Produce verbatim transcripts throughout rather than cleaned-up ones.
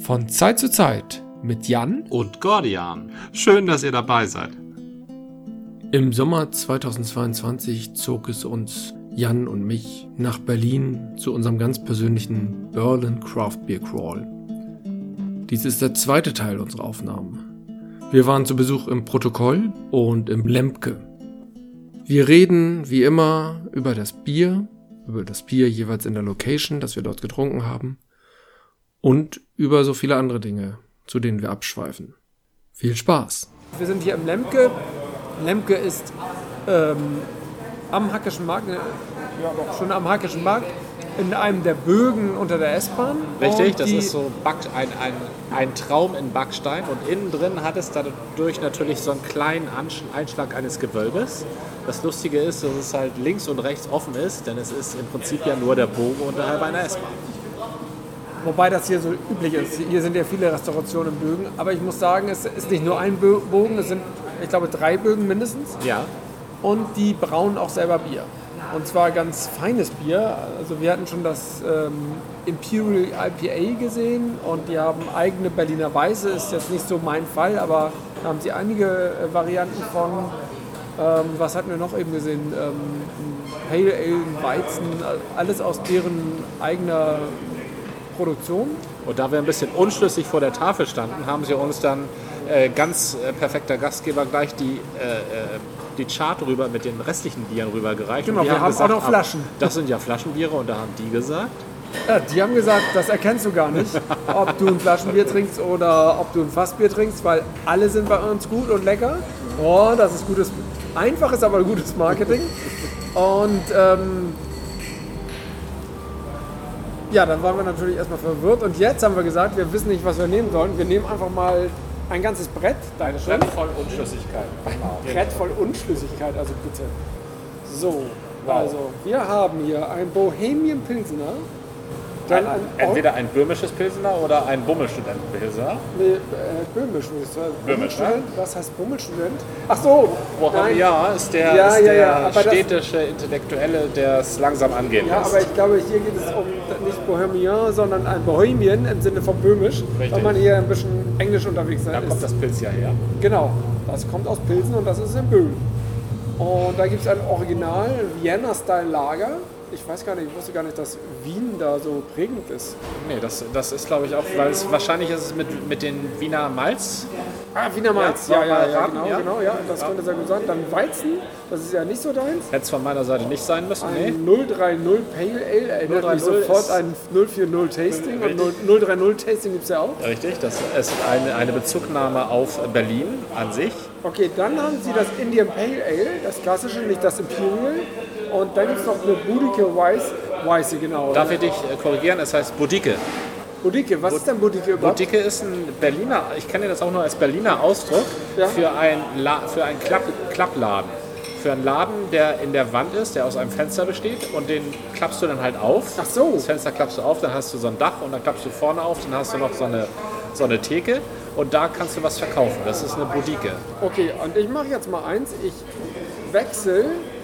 Von Zeit zu Zeit mit Jan und Gordian. Schön, dass ihr dabei seid. Im Sommer zweitausendzweiundzwanzig zog es uns, Jan und mich, nach Berlin zu unserem ganz persönlichen Berlin Craft Beer Crawl. Dies ist der zweite Teil unserer Aufnahmen. Wir waren zu Besuch im Protokoll und im Lemke. Wir reden wie immer über das Bier, über das Bier jeweils in der Location, das wir dort getrunken haben, und über so viele andere Dinge, zu denen wir abschweifen. Viel Spaß! Wir sind hier im Lemke. Lemke ist ähm, am Hackischen Markt, ja doch schon am Hackischen Markt, in einem der Bögen unter der S-Bahn. Richtig, das ist so Back, ein, ein, ein Traum in Backstein und innen drin hat es dadurch natürlich so einen kleinen Einschlag eines Gewölbes. Das Lustige ist, dass es halt links und rechts offen ist, denn es ist im Prinzip ja nur der Bogen unterhalb einer S-Bahn. Wobei das hier so üblich ist. Hier sind ja viele Restaurationen im Bögen, aber ich muss sagen, es ist nicht nur ein Bogen, es sind, ich glaube, drei Bögen mindestens. Ja. Und die brauen auch selber Bier. Und zwar ganz feines Bier. Also wir hatten schon das ähm, Imperial I P A gesehen und die haben eigene Berliner Weiße. Ist jetzt nicht so mein Fall, aber da haben sie einige äh, Varianten von. Ähm, was hatten wir noch eben gesehen? Ähm, Pale Ale, Weizen, alles aus deren eigener Produktion. Und da wir ein bisschen unschlüssig vor der Tafel standen, haben sie uns dann äh, ganz äh, perfekter Gastgeber gleich die, äh, die Chart rüber mit den restlichen Bieren rübergereicht. Genau, wir haben, haben gesagt, auch noch Flaschen. Das sind ja Flaschenbiere und da haben die gesagt. Ja, die haben gesagt, das erkennst du gar nicht, ob du ein Flaschenbier trinkst oder ob du ein Fassbier trinkst, weil alle sind bei uns gut und lecker. Oh, das ist gutes, einfaches, aber gutes Marketing. Und ähm, ja, dann waren wir natürlich erstmal verwirrt und jetzt haben wir gesagt, wir wissen nicht, was wir nehmen sollen. Wir nehmen einfach mal ein ganzes Brett. Deine Brett voll Unschlüssigkeit. Brett voll Unschlüssigkeit, also bitte. So, wow. Also wir haben hier ein Bohemian Pilsener. Dann ein, ein, entweder ein böhmisches Pilsener oder ein Bummelstudenten-Pilsener. Nee, äh, böhmisch würde ich sagen. Böhmisch, ne? Was heißt Bummelstudent? Ach so! Ja, ist der, ja, ist ja, der ja, städtische Intellektuelle, der es langsam angehen Ja, lässt. aber ich glaube, hier geht es um nicht Bohemian, sondern ein Bohemian im Sinne von böhmisch. Richtig. Weil man hier ein bisschen englisch unterwegs sein Da ist. kommt das Pilz ja her. Genau, das kommt aus Pilsen und das ist in Böhmen. Und da gibt es ein Original Vienna-Style-Lager. Ich weiß gar nicht, ich wusste gar nicht, dass Wien da so prägend ist. Nee, das, das ist glaube ich auch, weil es wahrscheinlich ist es mit, mit den Wiener Malz. Ah, Wiener Malz, ja, ja, ja, ja, raten, genau, ja. genau, ja, das ja. könnte sehr gut sein. Dann Weizen, das ist ja nicht so deins. Hätte es von meiner Seite nicht sein müssen, ein nee. null drei null Pale Ale, erinnert mich sofort an null vier null Tasting und null drei null Tasting gibt es ja auch. Richtig, das ist eine, eine Bezugnahme auf Berlin an sich. Okay, dann haben sie das Indian Pale Ale, das klassische, nicht das Imperial. Und dann gibt es noch eine Budike Weiss, Weiße, genau. Darf ich dich korrigieren? Es heißt Budike. Budike, was ist denn Budike überhaupt? Budike ist ein Berliner, ich kenne das auch nur als Berliner Ausdruck, ja. für einen für ein Klapp, Klappladen. Für einen Laden, der in der Wand ist, der aus einem Fenster besteht und den klappst du dann halt auf. Ach so. Das Fenster klappst du auf, dann hast du so ein Dach und dann klappst du vorne auf, dann hast du noch so eine, so eine Theke und da kannst du was verkaufen. Das ist eine Budike. Okay, und ich mache jetzt mal eins, ich wechsle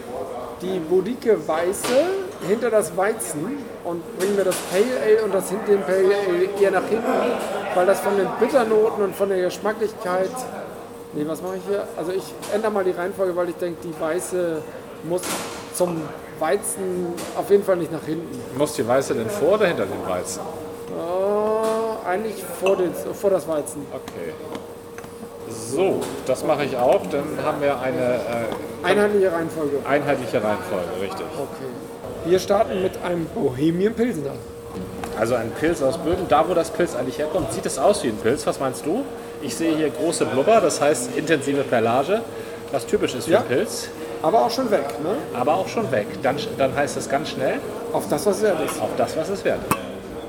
die Budike Weiße hinter das Weizen und bringen mir das Pale Ale und das hinter dem Pale Ale eher nach hinten, weil das von den Bitternoten und von der Geschmacklichkeit... Nee, was mache ich hier? Also ich ändere mal die Reihenfolge, weil ich denke, die Weiße muss zum Weizen auf jeden Fall nicht nach hinten. Muss die Weiße denn vor oder hinter dem Weizen? Oh, eigentlich vor, den, vor das Weizen. Okay. So, das mache ich auch. Dann haben wir eine... Äh, einheitliche Reihenfolge. Einheitliche Reihenfolge, richtig. Okay. Wir starten mit einem Bohemian Pilsener. Also ein Pilz aus Böhmen. Da, wo das Pilz eigentlich herkommt, sieht es aus wie ein Pilz. Was meinst du? Ich sehe hier große Blubber, das heißt intensive Perlage, was typisch ist für ja, einen Pilz. Aber auch schon weg, ne? Aber auch schon weg. Dann, dann heißt es ganz schnell... Auf das, was es wert ist. Auf das, was es wert ist.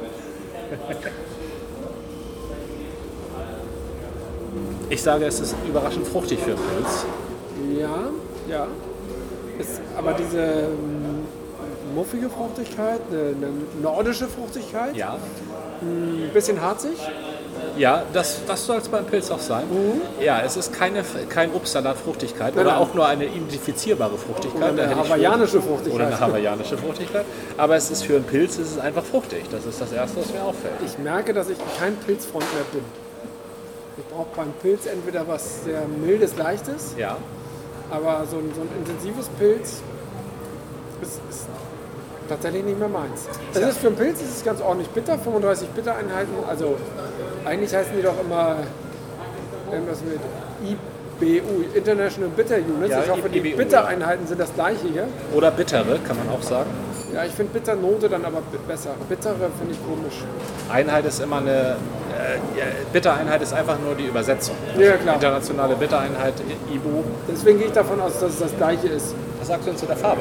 Ich sage, es ist überraschend fruchtig für einen Pilz. Ja, ja. Ist aber diese ähm, muffige Fruchtigkeit, eine, eine nordische Fruchtigkeit. Ja. Ein bisschen harzig. Ja, das, das soll es beim Pilz auch sein. Mhm. Ja, es ist keine, kein Obstsalat-Fruchtigkeit Nein, oder nein. auch nur eine identifizierbare Fruchtigkeit. Oder eine Da hätte ich hawaiianische schon- Fruchtigkeit. Oder eine hawaiianische Fruchtigkeit. Aber es ist für einen Pilz ist es einfach fruchtig. Das ist das Erste, was mir auffällt. Ich merke, dass ich kein Pilzfreund mehr bin. Ich brauche beim Pilz entweder was sehr mildes, leichtes, Ja, aber so ein, so ein intensives Pilz ist, ist tatsächlich nicht mehr meins. Das ist für einen Pilz ist es ganz ordentlich bitter, fünfunddreißig Bittereinheiten. Also eigentlich heißen die doch immer irgendwas mit I B U, International Bitter Units. Ja, ich hoffe, die I B U, Bittereinheiten sind das gleiche hier. oder bittere, kann man auch sagen. Ja, ich finde Bitternote dann aber b- besser. Bittere finde ich komisch. Einheit ist immer eine. Äh, ja, Bittereinheit ist einfach nur die Übersetzung. Ja, klar. Internationale Bittereinheit, I B U. Deswegen gehe ich davon aus, dass es das gleiche ist. Was sagst du denn zu der Farbe?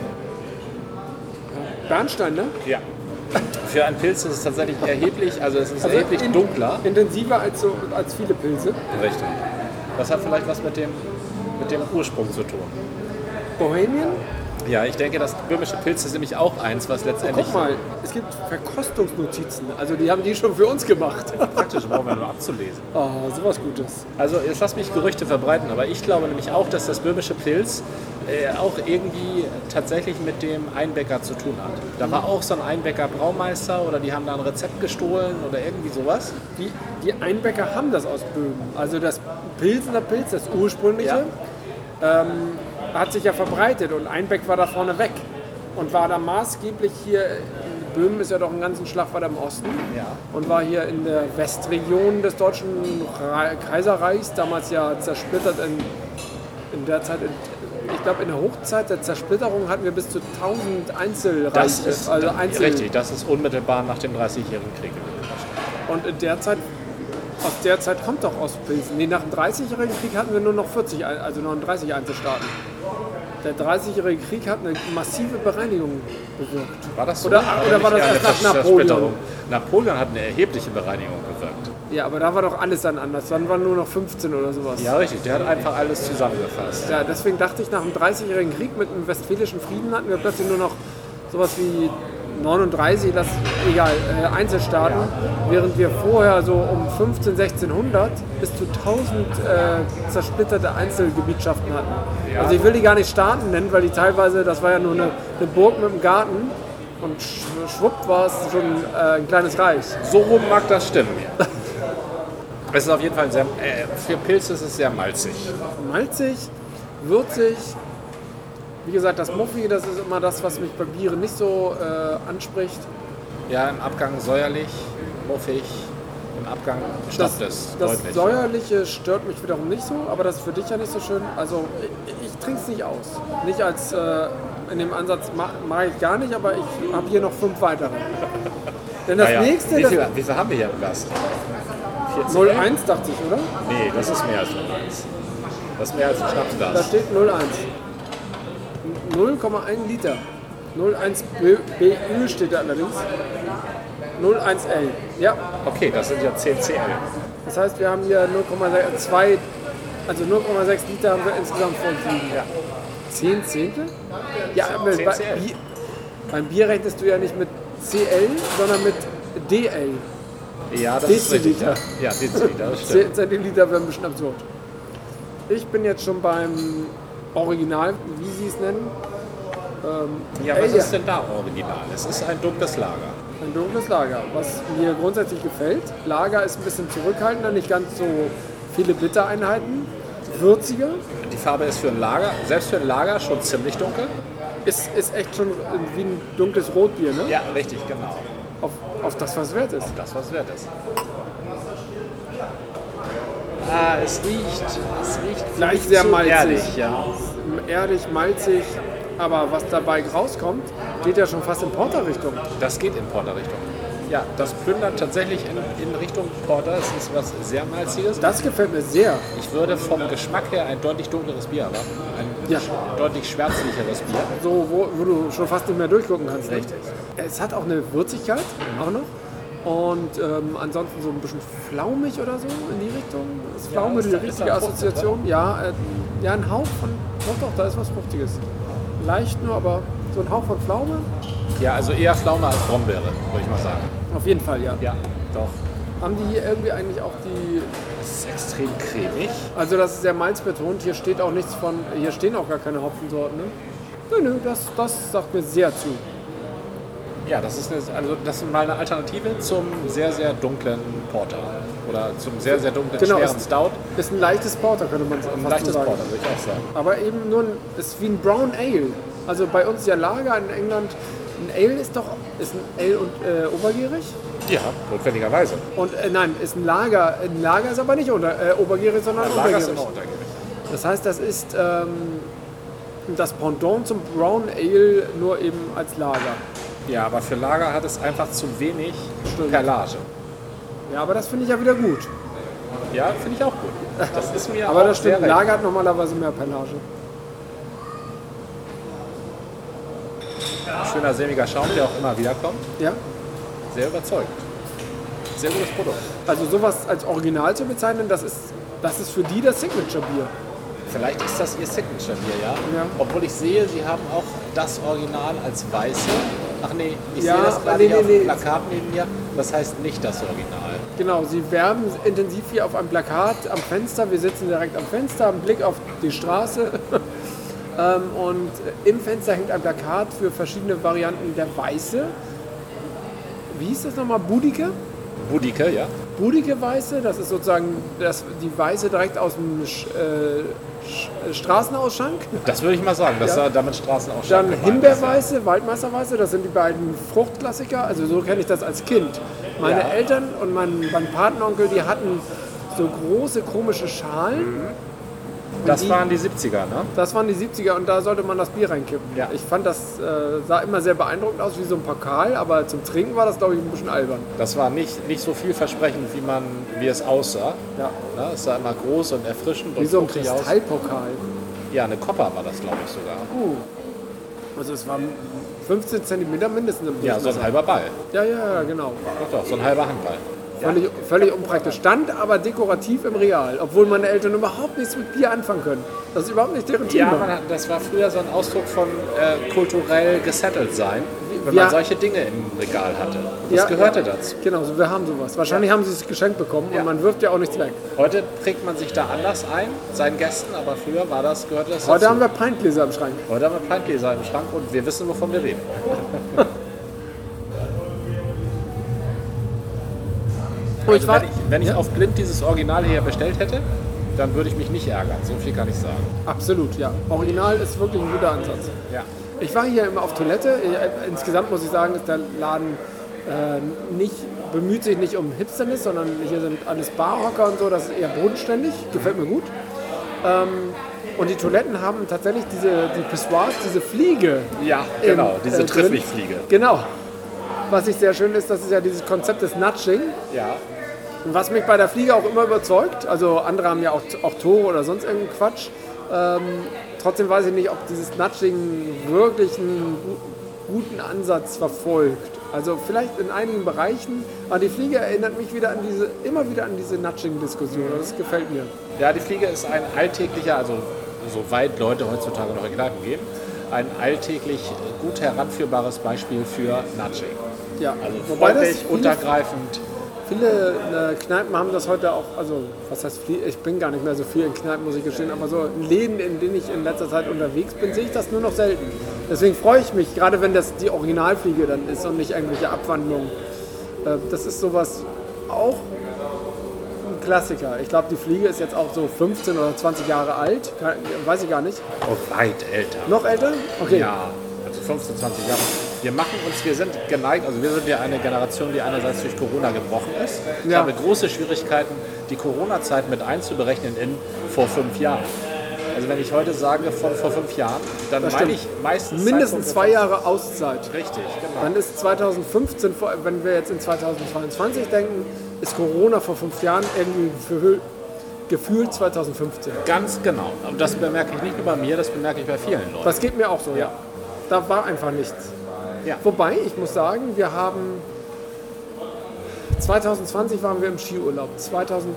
Bernstein, ne? Ja. Für einen Pilz ist es tatsächlich erheblich, also es ist erheblich in- dunkler. Intensiver als, so, als viele Pilze. Richtig. Das hat vielleicht was mit dem, mit dem Ursprung zu tun. Bohemian, Ja, ich denke, das böhmische Pilz ist nämlich auch eins, was letztendlich guck mal, es gibt Verkostungsnotizen. Also die haben die schon für uns gemacht. praktisch brauchen wir nur abzulesen. Oh, sowas Gutes. Also jetzt lass mich Gerüchte verbreiten, aber ich glaube nämlich auch, dass das böhmische Pilz äh, auch irgendwie tatsächlich mit dem Einbäcker zu tun hat. Da war auch so ein Einbäcker Braumeister oder die haben da ein Rezept gestohlen oder irgendwie sowas. Die, die Einbäcker haben das aus Böhmen. Also das Pilsener Pilz, das ursprüngliche, ähm, hat sich ja verbreitet und Einbeck war da vorne weg. Und war da maßgeblich hier, Böhmen ist ja doch einen ganzen Schlag weiter im Osten. Ja. Und war hier in der Westregion des Deutschen Ra- Kaiserreichs, damals ja zersplittert in, in der Zeit, in, ich glaube in der Hochzeit der Zersplitterung hatten wir bis zu tausend Einzelreiche. Das ist also da- Einzel richtig, das ist unmittelbar nach dem dreißigjährigen Krieg. Und in der Zeit, aus der Zeit kommt doch Ostpilzen. Nee, nach dem dreißigjährigen Krieg hatten wir nur noch vierzig, Ein- also neununddreißig Einzelstaaten. Der dreißigjährige Krieg hat eine massive Bereinigung bewirkt. War das so? Oder- oder war das Nicht erst eine nach Zers- Napoleon? Zersplitterung. Napoleon hat eine erhebliche Bereinigung bewirkt. Ja, aber da war doch alles dann anders. Dann waren nur noch fünfzehn oder sowas. Ja, richtig, der hat einfach alles zusammengefasst. Ja, deswegen dachte ich, nach dem dreißigjährigen Krieg mit dem Westfälischen Frieden hatten wir plötzlich nur noch sowas wie neununddreißig, das, egal, äh, Einzelstaaten, während wir vorher so um fünfzehn, sechzehnhundert bis zu tausend äh, zersplitterte Einzelgebietschaften hatten. Ja. Also ich will die gar nicht Staaten nennen, weil die teilweise, das war ja nur eine, eine Burg mit einem Garten und sch- schwupp war es schon äh, ein kleines Reich. So rum mag das stimmen. Es ist auf jeden Fall sehr, äh, für Pilze ist es sehr malzig. Malzig, würzig. Wie gesagt, das Muffi, das ist immer das, was mich bei Bieren nicht so äh, anspricht. Ja, im Abgang säuerlich, muffig, im Abgang stoppt Das, es das deutlich. Säuerliche stört mich wiederum nicht so, aber das ist für dich ja nicht so schön. Also ich, ich trinke es nicht aus. Nicht als äh, in dem Ansatz ma- mache ich gar nicht, aber ich habe hier noch fünf weitere. Denn das Naja, nächste, wie, das viel, wie viel haben wir hier im Gast? vierzehn? null eins dachte ich, oder? Nee, das ist mehr als null eins. Das ist mehr als ein Da Schnapsglas. steht null eins. null Komma eins Liter. null Komma eins B Ö steht da allerdings. null Komma eins L. Ja, Okay, das sind ja zehn C L. das heißt, wir haben hier null Komma zwei, also null Komma sechs Liter haben wir insgesamt vorliegen. Ja. zehn Zehntel? Ja, aber zehn bei, C L. Bier, beim Bier rechnest du ja nicht mit C L, sondern mit D L. Ja, das ist richtig. Deziliter. Ja, ja Deziliter, das stimmt. zehn Zentiliter wäre ein bisschen absurd. Ich bin jetzt schon beim Original, wie sie es nennen. Ähm, Ja, was Ale. ist denn da original? Es ist ein dunkles Lager. Ein dunkles Lager, was mir grundsätzlich gefällt. Lager ist ein bisschen zurückhaltender, nicht ganz so viele Bittereinheiten. Würziger. Die Farbe ist für ein Lager, selbst für ein Lager schon ziemlich dunkel. Ist, ist echt schon wie ein dunkles Rotbier, ne? Ja, richtig, genau. Auf, auf das, was wert ist. Das, was wert ist. Ah, es riecht, es riecht Gleich nicht sehr so malzig. erdig, ja. Erdig, malzig, aber was dabei rauskommt, geht ja schon fast in Porter-Richtung. Das geht in Porter-Richtung. Ja, das plündert tatsächlich in, in Richtung Porter. Es ist was sehr malziges. Das gefällt mir sehr. Ich würde vom Geschmack her ein deutlich dunkleres Bier erwarten. Ein Ja. deutlich schwärzlicheres Bier. So, wo, wo du schon fast nicht mehr durchgucken kannst. Ne? Richtig. Es hat auch eine Würzigkeit, auch noch. Und ähm, ansonsten so ein bisschen flaumig oder so in die Richtung. Ist Pflaume ist die da- ist richtige da Frucht, Assoziation? Ja, äh, ja, ein Hauch von. Doch, doch, da ist was Fruchtiges. Leicht nur, aber so ein Hauch von Pflaume? Ja, also eher Pflaume als Brombeere, würde ich mal sagen. Auf jeden Fall, ja. Ja, doch. Haben die hier irgendwie eigentlich auch die... Das ist extrem cremig. Also das ist sehr malzbetont. Hier steht auch nichts von... Hier stehen auch gar keine Hopfensorten, ne? Nö, nö, das, das sagt mir sehr zu. Ja, das ist, eine, also das ist mal eine Alternative zum sehr, sehr dunklen Porter. Oder zum sehr, sehr dunklen, Genau, schweren ist- Stout. Ist ein leichtes Porter, könnte man sagen. Ein leichtes Porter, würde ich auch sagen. Aber eben nur ein, ist wie ein Brown Ale. Also bei uns ja Lager in England. Ein Ale ist doch ist ein Ale und äh, obergierig. Ja, notwendigerweise. Und äh, nein, ist ein Lager. Ein Lager ist aber nicht unter, äh, obergierig, sondern Ein Lager ist untergierig. immer untergierig. Das heißt, das ist ähm, das Pendant zum Brown Ale, nur eben als Lager. Ja, aber für Lager hat es einfach zu wenig Stimmt. Perlage. Ja, aber das finde ich ja wieder gut. Ja, finde ich auch gut. Das ist mir Aber auch das stimmt, sehr Lager recht. hat normalerweise mehr Perlage. Schöner sämiger Schaum, der auch immer wieder kommt. Ja? Sehr überzeugend. Sehr gutes Produkt. Also sowas als Original zu bezeichnen, das ist, das ist für die das Signature-Bier. Vielleicht ist das ihr Signature-Bier, ja? Ja. Obwohl ich sehe, sie haben auch das Original als weiße. Ach nee, ich Ja, sehe das gerade nee, hier nee, auf dem nee. Plakat neben mir. Das heißt nicht das Original. Genau, sie werben intensiv hier auf einem Plakat am Fenster. Wir sitzen direkt am Fenster, am Blick auf die Straße. ähm, und im Fenster hängt ein Plakat für verschiedene Varianten der Weiße. Wie hieß das nochmal? Budike? Budike, ja? Budike Weiße, das ist sozusagen das, die Weiße direkt aus dem Sch, äh, Sch, Straßenausschank. Das würde ich mal sagen, dass Ja. da damit Straßenausschank Dann gemeint Himbeerweiße, Waldmeisterweiße, das sind die beiden Fruchtklassiker. Also so kenne ich das als Kind. Meine Ja. Eltern und mein, mein Patenonkel, die hatten so große komische Schalen. Das die- waren die siebziger, ne? Das waren die siebziger und da sollte man das Bier reinkippen. Ja. Ich fand das äh, sah immer sehr beeindruckend aus, wie so ein Pokal, aber zum Trinken war das, glaube ich, ein bisschen albern. Das war nicht, nicht so vielversprechend, wie, man, wie es aussah. Ja. Ne? Es sah immer groß und erfrischend Wie und so ein fruchtig aus. Kristallpokal. Ja, eine Kopper war das, glaube ich, sogar. Uh. Also es war fünfzehn Zentimeter mindestens im Ja, so ein Durchmesser. halber Ball. Ja, ja, ja, genau. Doch, doch, so ein halber Handball. Völlig, völlig unpraktisch. Stand aber dekorativ im Real, obwohl meine Eltern überhaupt nichts mit Bier anfangen können. Das ist überhaupt nicht deren Ja, Thema. man hat, das war früher so ein Ausdruck von äh, kulturell gesettelt sein, wenn Ja. man solche Dinge im Regal hatte. Das Ja, gehörte ja. dazu. Genau, so, wir haben sowas. Wahrscheinlich haben sie es geschenkt bekommen Ja. und man wirft ja auch nichts weg. Heute trägt man sich da anders ein, seinen Gästen, aber früher war das, gehörte das Heute dazu. haben wir Pintgläser im Schrank. Heute haben wir Pintgläser im Schrank und wir wissen, wovon wir reden. Und Also ich war, wenn ich, wenn ich Ja. auf blind dieses Original hier bestellt hätte, dann würde ich mich nicht ärgern. So viel kann ich sagen. absolut, ja. Original ist wirklich ein guter Ansatz. Ja. Ich war hier immer auf Toilette. Ich- Insgesamt muss ich sagen, ist der Laden äh, nicht, bemüht sich nicht um Hipsterness, sondern hier sind alles Barhocker und so. Das ist eher bodenständig, gefällt mir gut. Ähm, und die Toiletten haben tatsächlich diese die Pissoirs, diese Fliege. Ja, genau, im, diese äh, drin. Trifflichfliege. Genau. Was ich sehr schön ist, das ist ja dieses Konzept des Nudging. Ja. Und was mich bei der Fliege auch immer überzeugt, also andere haben ja auch, auch Tore oder sonst irgendeinen Quatsch, ähm, trotzdem weiß ich nicht, ob dieses Nudging wirklich einen gu- guten Ansatz verfolgt. Also vielleicht in einigen Bereichen, aber die Fliege erinnert mich wieder an diese, immer wieder an diese Nudging-Diskussion. Das gefällt mir. Ja, die Fliege ist ein alltäglicher, also soweit Leute heutzutage noch in Kneipen gehen, ein alltäglich gut heranführbares Beispiel für Nudging. Ja, Also wobei das freundlich, viele, untergreifend. viele äh, Kneipen haben das heute auch, also was heißt Flie ich bin gar nicht mehr so viel in Kneipen, muss ich gestehen, aber so in Läden, in denen ich in letzter Zeit unterwegs bin, sehe ich das nur noch selten. Deswegen freue ich mich, gerade wenn das die Originalfliege dann ist und nicht irgendwelche Abwandlungen. Äh, das ist sowas auch ein Klassiker. Ich glaube, die Fliege ist jetzt auch so fünfzehn oder zwanzig Jahre alt, Kann, weiß ich gar nicht. Oh, weit älter. Noch älter? Okay. Ja, also fünfzehn, zwanzig Jahre. Wir machen uns, wir sind geneigt, also wir sind ja eine Generation, die einerseits durch Corona gebrochen ist. Ich Ja. habe große Schwierigkeiten, die Corona-Zeit mit einzuberechnen in vor fünf Jahren. Also wenn ich heute sage von vor fünf Jahren, dann Das meine stimmt. ich meistens Mindestens Zeitpunkt- zwei Jahre Auszeit. Richtig, genau. Dann ist zweitausendfünfzehn, vor- wenn wir jetzt in zweitausendzweiundzwanzig denken, ist Corona vor fünf Jahren irgendwie für, gefühlt zweitausendfünfzehn. Ganz genau. Und das bemerke ich nicht nur bei mir, das bemerke ich bei vielen Leuten. Das geht mir auch so, ja. Da war einfach nichts. Ja. Wobei, ich muss sagen, wir haben zweitausendzwanzig waren wir im Skiurlaub. zweitausend,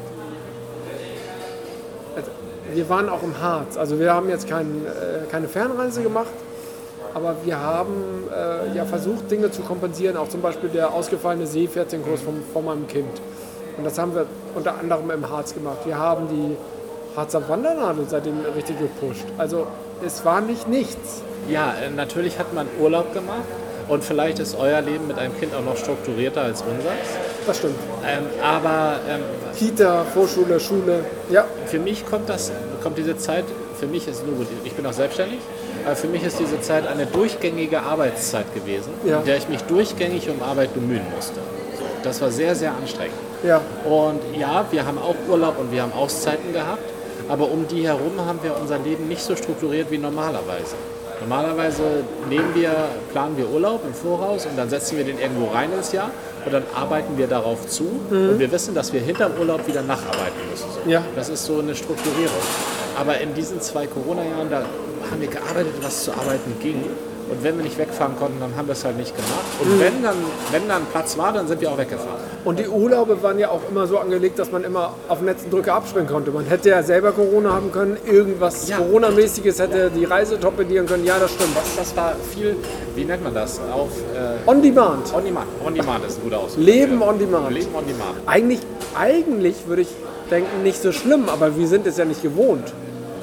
also wir waren auch im Harz. Also wir haben jetzt kein, äh, keine Fernreise gemacht, aber wir haben äh, ja versucht, Dinge zu kompensieren. Auch zum Beispiel der ausgefallene Seepferdchenkurs von, von meinem Kind. Und das haben wir unter anderem im Harz gemacht. Wir haben die Harzer Wandernadel seitdem richtig gepusht. Also es war nicht nichts. Ja, äh, natürlich hat man Urlaub gemacht und vielleicht ist euer Leben mit einem Kind auch noch strukturierter als unseres. Das stimmt. Ähm, aber ähm, Kita, Vorschule, Schule, ja. für mich kommt, das, kommt diese Zeit, für mich ist nur gut, ich bin auch selbstständig, aber für mich ist diese Zeit eine durchgängige Arbeitszeit gewesen, Ja. in der ich mich durchgängig um Arbeit bemühen musste. So, das war sehr, sehr anstrengend. Ja. Und ja, wir haben auch Urlaub und wir haben Auszeiten gehabt, aber um die herum haben wir unser Leben nicht so strukturiert wie normalerweise. Normalerweise nehmen wir, planen wir Urlaub im Voraus und dann setzen wir den irgendwo rein ins Jahr und dann arbeiten wir darauf zu mhm. und wir wissen, dass wir hinterm Urlaub wieder nacharbeiten müssen. So. Ja. Das ist so eine Strukturierung. Aber in diesen zwei Corona-Jahren, da haben wir gearbeitet, was zu arbeiten ging. Und wenn wir nicht wegfahren konnten, dann haben wir es halt nicht gemacht. Und mhm. wenn, dann, wenn dann Platz war, dann sind wir auch weggefahren. Und die Urlaube waren ja auch immer so angelegt, dass man immer auf den letzten Drücker abspringen konnte. Man hätte ja selber Corona haben können, irgendwas ja. Corona-mäßiges hätte die Reise torpedieren können. Ja, das stimmt. Das, das war viel, wie nennt man das? Auf, äh, on Demand. On Demand. On Demand ist ein guter Ausdruck. Leben on Demand. Leben on Demand. Eigentlich, eigentlich würde ich denken, nicht so schlimm, aber wir sind es ja nicht gewohnt.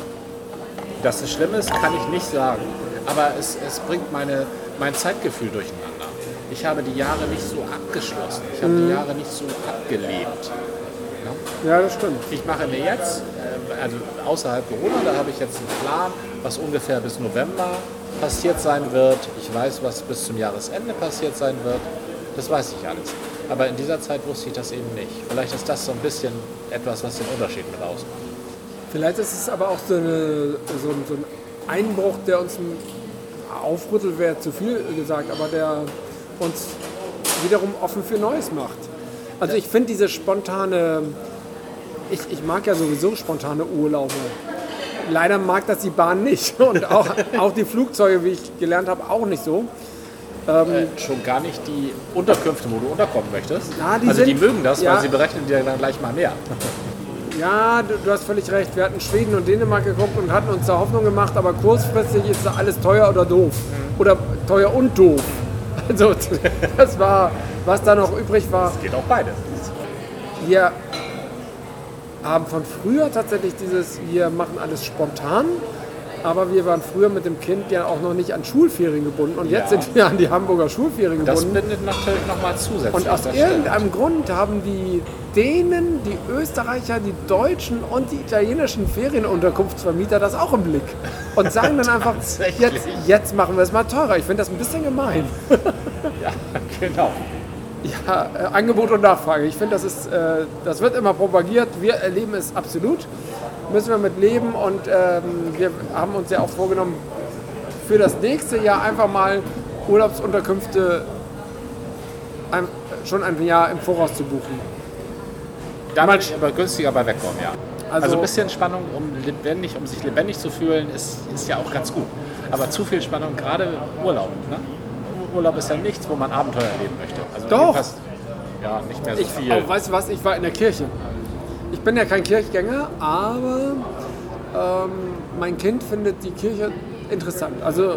Dass es schlimm ist, kann ich nicht sagen. Aber es, es bringt meine, mein Zeitgefühl durcheinander. Ich habe die Jahre nicht so abgeschlossen. Ich habe mhm. die Jahre nicht so abgelebt. Ja? Ja, das stimmt. Ich mache mir jetzt, also außerhalb Corona, da habe ich jetzt einen Plan, was ungefähr bis November passiert sein wird. Ich weiß, was bis zum Jahresende passiert sein wird. Das weiß ich alles. Aber in dieser Zeit wusste ich das eben nicht. Vielleicht ist das so ein bisschen etwas, was den Unterschied mit ausmacht. Vielleicht ist es aber auch so, eine, so, ein, so ein Einbruch, der uns aufrüttelt, wäre zu viel gesagt, aber der uns wiederum offen für Neues macht. Also ich finde diese spontane, ich, ich mag ja sowieso spontane Urlaube. Leider mag das die Bahn nicht und auch, auch die Flugzeuge, wie ich gelernt habe, auch nicht so. Ähm, äh, schon gar nicht die Unterkünfte, wo du unterkommen möchtest. Ja, die also sind, die mögen das, ja, weil sie berechnen dir dann gleich mal mehr. Ja, du, du hast völlig recht. Wir hatten Schweden und Dänemark geguckt und hatten uns da Hoffnung gemacht, aber kurzfristig ist da alles teuer oder doof. Mhm. Oder teuer und doof. Also das war, was da noch übrig war. Es geht auch beides. Wir haben von früher tatsächlich dieses, wir machen alles spontan, aber wir waren früher mit dem Kind ja auch noch nicht an Schulferien gebunden und jetzt ja. sind wir an die Hamburger Schulferien das gebunden. Das bindet natürlich nochmal zusätzlich. Und aus irgendeinem Grund haben die Dänen, die Österreicher, die Deutschen und die italienischen Ferienunterkunftsvermieter das auch im Blick und sagen dann einfach, jetzt, jetzt machen wir es mal teurer. Ich finde das ein bisschen gemein. Ja, genau. Ja, äh, Angebot und Nachfrage. Ich finde, das ist, äh, das wird immer propagiert. Wir erleben es absolut. Müssen wir mit leben und ähm, wir haben uns ja auch vorgenommen, für das nächste Jahr einfach mal Urlaubsunterkünfte ein, schon ein Jahr im Voraus zu buchen. Damit aber günstiger bei wegkommen, ja. Also, Also ein bisschen Spannung, um, lebendig, um sich lebendig zu fühlen, ist, ist ja auch ganz gut. Aber zu viel Spannung, gerade Urlaub. Ne? Urlaub ist ja nichts, wo man Abenteuer erleben möchte. Also Doch! Fast, ja, nicht mehr so Ich, viel. oh, weißt du was, ich war in der Kirche. Ich bin ja kein Kirchgänger, aber ähm, mein Kind findet die Kirche interessant. Also,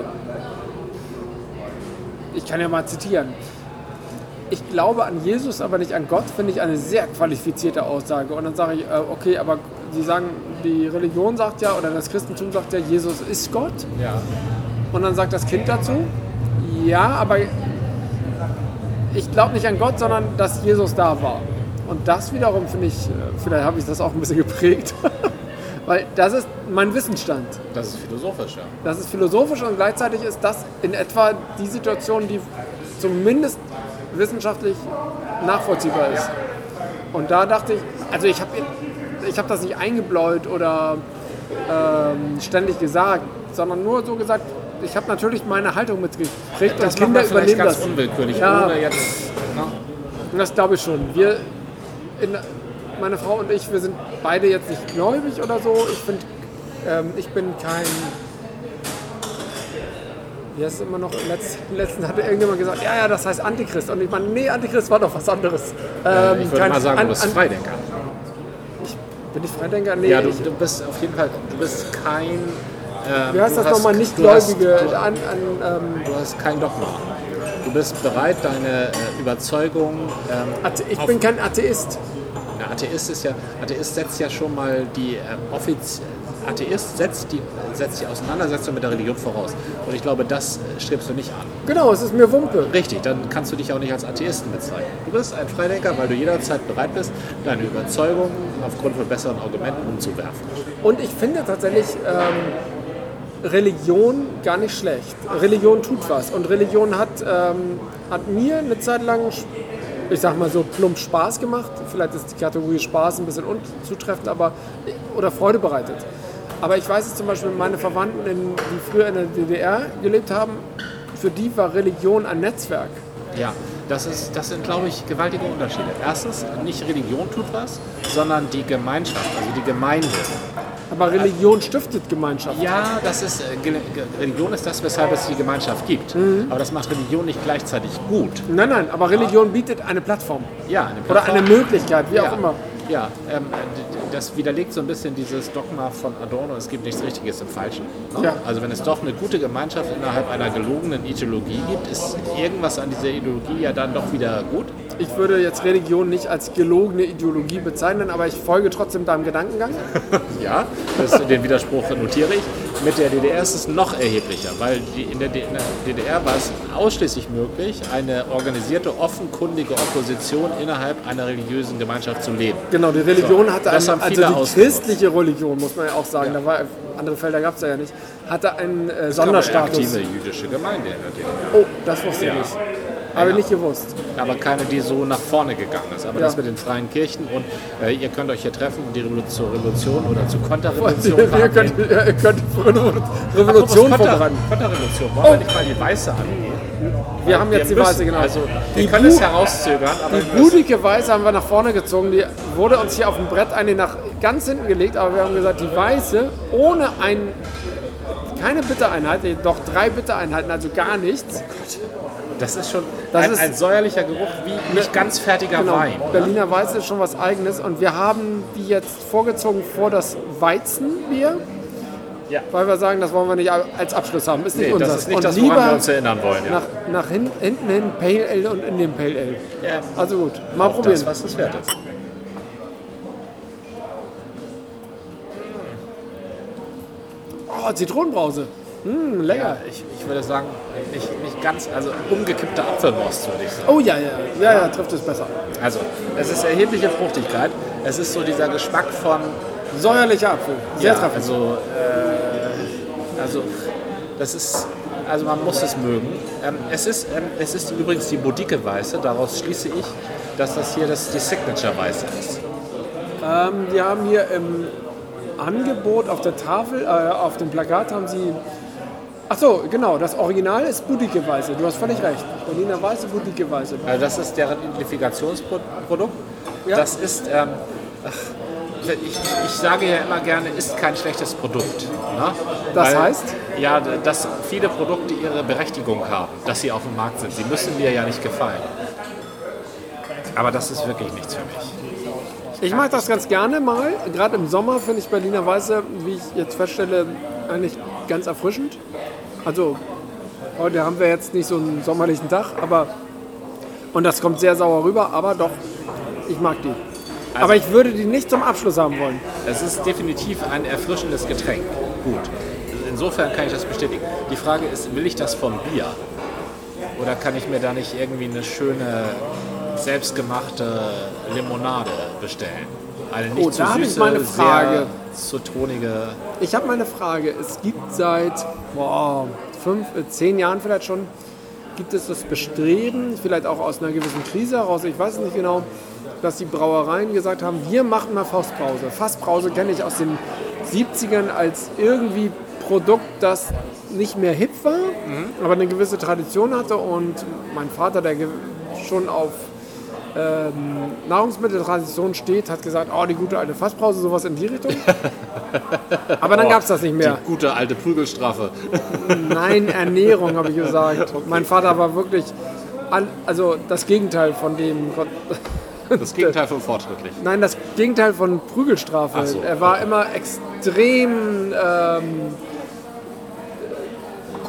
ich kann ja mal zitieren. Ich glaube an Jesus, aber nicht an Gott, finde ich eine sehr qualifizierte Aussage. Und dann sage ich, äh, okay, aber Sie sagen, die Religion sagt ja, oder das Christentum sagt ja, Jesus ist Gott. Ja. Und dann sagt das Kind dazu, ja, aber ich glaube nicht an Gott, sondern dass Jesus da war. Und das wiederum finde ich, vielleicht habe ich das auch ein bisschen geprägt, weil das ist mein Wissensstand. Das ist philosophisch, ja. Das ist philosophisch und gleichzeitig ist das in etwa die Situation, die zumindest wissenschaftlich nachvollziehbar ist. Ja. Und da dachte ich, also ich habe ich hab das nicht eingebläut oder ähm, ständig gesagt, sondern nur so gesagt, ich habe natürlich meine Haltung mitgekriegt das und Kinder übernehmen ganz das. unwillkürlich, ja, ohne jetzt... Ne? Das glaube ich schon. Wir, in, meine Frau und ich, wir sind beide jetzt nicht gläubig oder so. Ich finde, ähm, ich bin kein... Wie heißt es immer noch? Letzten, letzten hatte irgendjemand gesagt, ja, ja, das heißt Antichrist. Und ich meine, nee, Antichrist war doch was anderes. Ähm, ich würde mal sagen, an, du bist an, Freidenker. Ich, bin ich Freidenker? Nee. Ja, du, ich, du bist auf jeden Fall, du bist kein... Ähm, wie heißt das nochmal? Nichtgläubige. Du, an, an, ähm, du hast kein Dogma. Du bist bereit, deine äh, Überzeugung... Ähm, ich bin kein Atheist. Ein Atheist ist ja, Atheist setzt ja schon mal die äh, offiziell, Atheist setzt die, setzt die Auseinandersetzung mit der Religion voraus. Und ich glaube, das äh, strebst du nicht an. Genau, es ist mir Wumpe. Richtig, dann kannst du dich auch nicht als Atheisten bezeichnen. Du bist ein Freidenker, weil du jederzeit bereit bist, deine Überzeugungen aufgrund von besseren Argumenten umzuwerfen. Und ich finde tatsächlich ähm, Religion gar nicht schlecht. Religion tut was. Und Religion hat, ähm, hat mir eine Zeit lang, ich sag mal so, plump Spaß gemacht. Vielleicht ist die Kategorie Spaß ein bisschen unzutreffend, aber oder Freude bereitet. Aber ich weiß es zum Beispiel, meine Verwandten, in, die früher in der D D R gelebt haben, für die war Religion ein Netzwerk. Ja, das, ist, das sind, glaube ich, gewaltige Unterschiede. Erstens, nicht Religion tut was, sondern die Gemeinschaft, also die Gemeinde. Aber Religion stiftet Gemeinschaft. Ja, das ist, äh, Ge- Ge- Religion ist das, weshalb es die Gemeinschaft gibt. Mhm. Aber das macht Religion nicht gleichzeitig gut. Nein, nein, aber Religion bietet eine Plattform. Ja, eine Oder Plattform. eine Möglichkeit, wie Ja. auch immer. Ja, ähm, das widerlegt so ein bisschen dieses Dogma von Adorno, es gibt nichts Richtiges im Falschen. Ne? Ja. Also wenn es doch eine gute Gemeinschaft innerhalb einer gelogenen Ideologie gibt, ist irgendwas an dieser Ideologie ja dann doch wieder gut. Ich würde jetzt Religion nicht als gelogene Ideologie bezeichnen, aber ich folge trotzdem deinem Gedankengang. Ja, das, den Widerspruch notiere ich. Mit der D D R ist es noch erheblicher, weil die, in, der D, in der D D R war es ausschließlich möglich, eine organisierte, offenkundige Opposition innerhalb einer religiösen Gemeinschaft zu leben. Genau, die Religion So, hatte das eine, haben also viele die ausgenutzt. christliche Religion, muss man ja auch sagen, Ja. da war, andere Felder gab es ja nicht, hatte einen äh, Es gab eine Sonderstatus. aktive jüdische Gemeinde in der D D R. Oh, das wusste ich Ja. nicht. Habe ich Ja. nicht gewusst. Aber keine, die so nach vorne gegangen ist. Aber Ja. das mit den freien Kirchen und äh, ihr könnt euch hier treffen und die Revolution, zur Revolution oder zur Konterrevolution Ihr könnt, verabreden. ihr könnt Revolution Apropos vorbereiten. Konter- Konterrevolution. Wollen wir nicht mal die Weiße angehen? Wir haben jetzt die müssen, Weiße, genau. Also, Die wir können Bu- es herauszögern, aber Die wir müssen. budige Weiße haben wir nach vorne gezogen. Die wurde uns hier auf dem Brett eine nach ganz hinten gelegt, aber wir haben gesagt, die Weiße ohne ein, keine Bittereinheit, nee, doch drei Bittereinheiten, also gar nichts. Das ist schon Das ein, ist- ein säuerlicher Geruch wie nicht ganz fertiger Genau, Wein. Berliner Weiße ist schon was Eigenes und wir haben die jetzt vorgezogen vor das Weizenbier, Ja. weil wir sagen, das wollen wir nicht als Abschluss haben. Ist nicht Nee, unseres. das ist nicht und das, woran lieber wir uns erinnern wollen. Ja. nach, nach hin, hinten hin Pale Ale und in dem Pale Ale. Ja. Also gut, mal Auch probieren. das, was es wert ist. Oh, Zitronenbrause. Mmh, lecker. Ja, ich, ich würde sagen, nicht, nicht ganz, also umgekippter Apfelmost, würde ich sagen. Oh ja, ja, ja, ja, trifft es besser. Also, es ist erhebliche Fruchtigkeit. Es ist so dieser Geschmack von, Säuerlicher Apfel, sehr ja, treffend. also, äh, also, das ist, also man muss es mögen. Ähm, es, ist, ähm, es ist übrigens die Bodike Weiße, daraus schließe ich, dass das hier das, die Signature Weiße ist. Ähm, wir haben hier im Angebot auf der Tafel, äh, auf dem Plakat haben sie. Ach so, genau, das Original ist Budike Weiße. Du hast völlig recht. Berliner Weiße, Budike Weiße. Also das ist deren Identifikationsprodukt. Ja. Das ist, ähm, ach, ich, ich sage ja immer gerne, ist kein schlechtes Produkt. Ne? Das Weil, heißt? Ja, dass viele Produkte ihre Berechtigung haben, dass sie auf dem Markt sind. Sie müssen mir ja nicht gefallen. Aber das ist wirklich nichts für mich. Ich mag das ganz gerne mal. Gerade im Sommer finde ich Berliner Weiße, wie ich jetzt feststelle, eigentlich ganz erfrischend. Also heute haben wir jetzt nicht so einen sommerlichen Tag, aber und das kommt sehr sauer rüber, aber doch, ich mag die. Also- aber ich würde die nicht zum Abschluss haben wollen. Es ist definitiv ein erfrischendes Getränk. Gut. Insofern kann ich das bestätigen. Die Frage ist, will ich das vom Bier? Oder kann ich mir da nicht irgendwie eine schöne, selbstgemachte Limonade bestellen? Eine nicht Oh, zu da habe ich süße, mal eine Frage. sehr zitronige. Ich habe mal eine Frage. Es gibt seit boah, fünf, äh, zehn Jahren vielleicht schon, gibt es das Bestreben, vielleicht auch aus einer gewissen Krise heraus, ich weiß es nicht genau, dass die Brauereien gesagt haben, wir machen mal Fassbrause. Fassbrause kenne ich aus den siebzigern als irgendwie Produkt, das nicht mehr hip war, aber eine gewisse Tradition hatte und mein Vater, der ge- schon auf ähm, Nahrungsmitteltradition steht, hat gesagt, oh, die gute alte Fassbrause, sowas in die Richtung. Aber dann gab es das nicht mehr. Die gute alte Prügelstrafe. Nein, Ernährung, habe ich gesagt. Mein Vater war wirklich, an, also das Gegenteil von dem, Das Gegenteil von fortschrittlich. nein, das Gegenteil von Prügelstrafe. Ach so. Er war immer extrem ähm,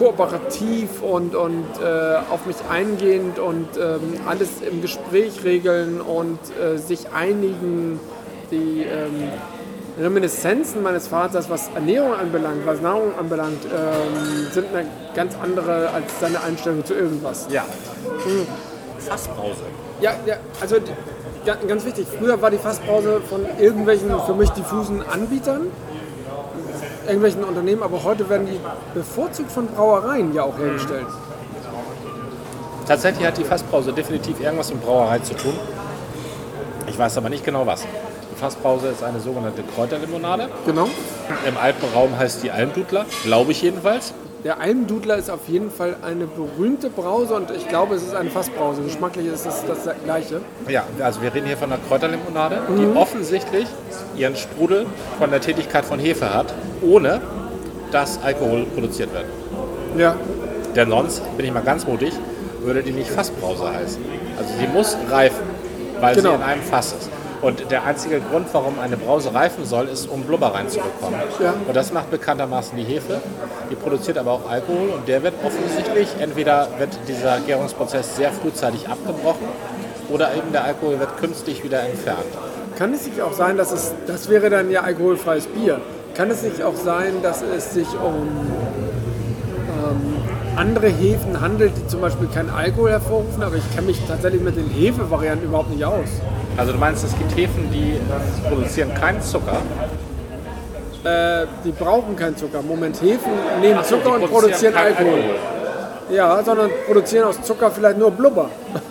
kooperativ und, und äh, auf mich eingehend und ähm, alles im Gespräch regeln und äh, sich einigen. Die ähm, Reminiszenzen meines Vaters, was Ernährung anbelangt, was Nahrung anbelangt, ähm, sind eine ganz andere als seine Einstellung zu irgendwas. Ja. Mhm. Fassbrause. Ja, ja, also die, ganz wichtig, früher war die Fassbrause von irgendwelchen für mich diffusen Anbietern, irgendwelchen Unternehmen, aber heute werden die bevorzugt von Brauereien ja auch hergestellt. Tatsächlich hat die Fassbrause definitiv irgendwas mit Brauerei zu tun. Ich weiß aber nicht genau was. Die Fassbrause ist eine sogenannte Kräuterlimonade. Genau. Im Alpenraum heißt die Almdudler, glaube ich jedenfalls. Der Almdudler ist auf jeden Fall eine berühmte Brause und ich glaube, es ist eine Fassbrause. Geschmacklich ist es das Gleiche. Ja, also wir reden hier von einer Kräuterlimonade, mhm. die offensichtlich ihren Sprudel von der Tätigkeit von Hefe hat, ohne dass Alkohol produziert wird. Ja. Denn sonst, bin ich mal ganz mutig, würde die nicht Fassbrause heißen. Also sie muss reifen, weil genau. sie in einem Fass ist. Und der einzige Grund, warum eine Brause reifen soll, ist, um Blubber reinzubekommen. Ja. Und das macht bekanntermaßen die Hefe. Die produziert aber auch Alkohol und der wird offensichtlich, entweder wird dieser Gärungsprozess sehr frühzeitig abgebrochen oder eben der Alkohol wird künstlich wieder entfernt. Kann es nicht auch sein, dass es, das wäre dann ja alkoholfreies Bier, kann es nicht auch sein, dass es sich um ähm, andere Hefen handelt, die zum Beispiel keinen Alkohol hervorrufen, aber ich kenne mich tatsächlich mit den Hefevarianten überhaupt nicht aus. Also du meinst, es gibt Hefen, die äh, produzieren keinen Zucker? Äh, die brauchen keinen Zucker. Moment, Hefen nehmen Ach so, Zucker und produzieren Alkohol. Alkohol. Ja, sondern produzieren aus Zucker vielleicht nur Blubber.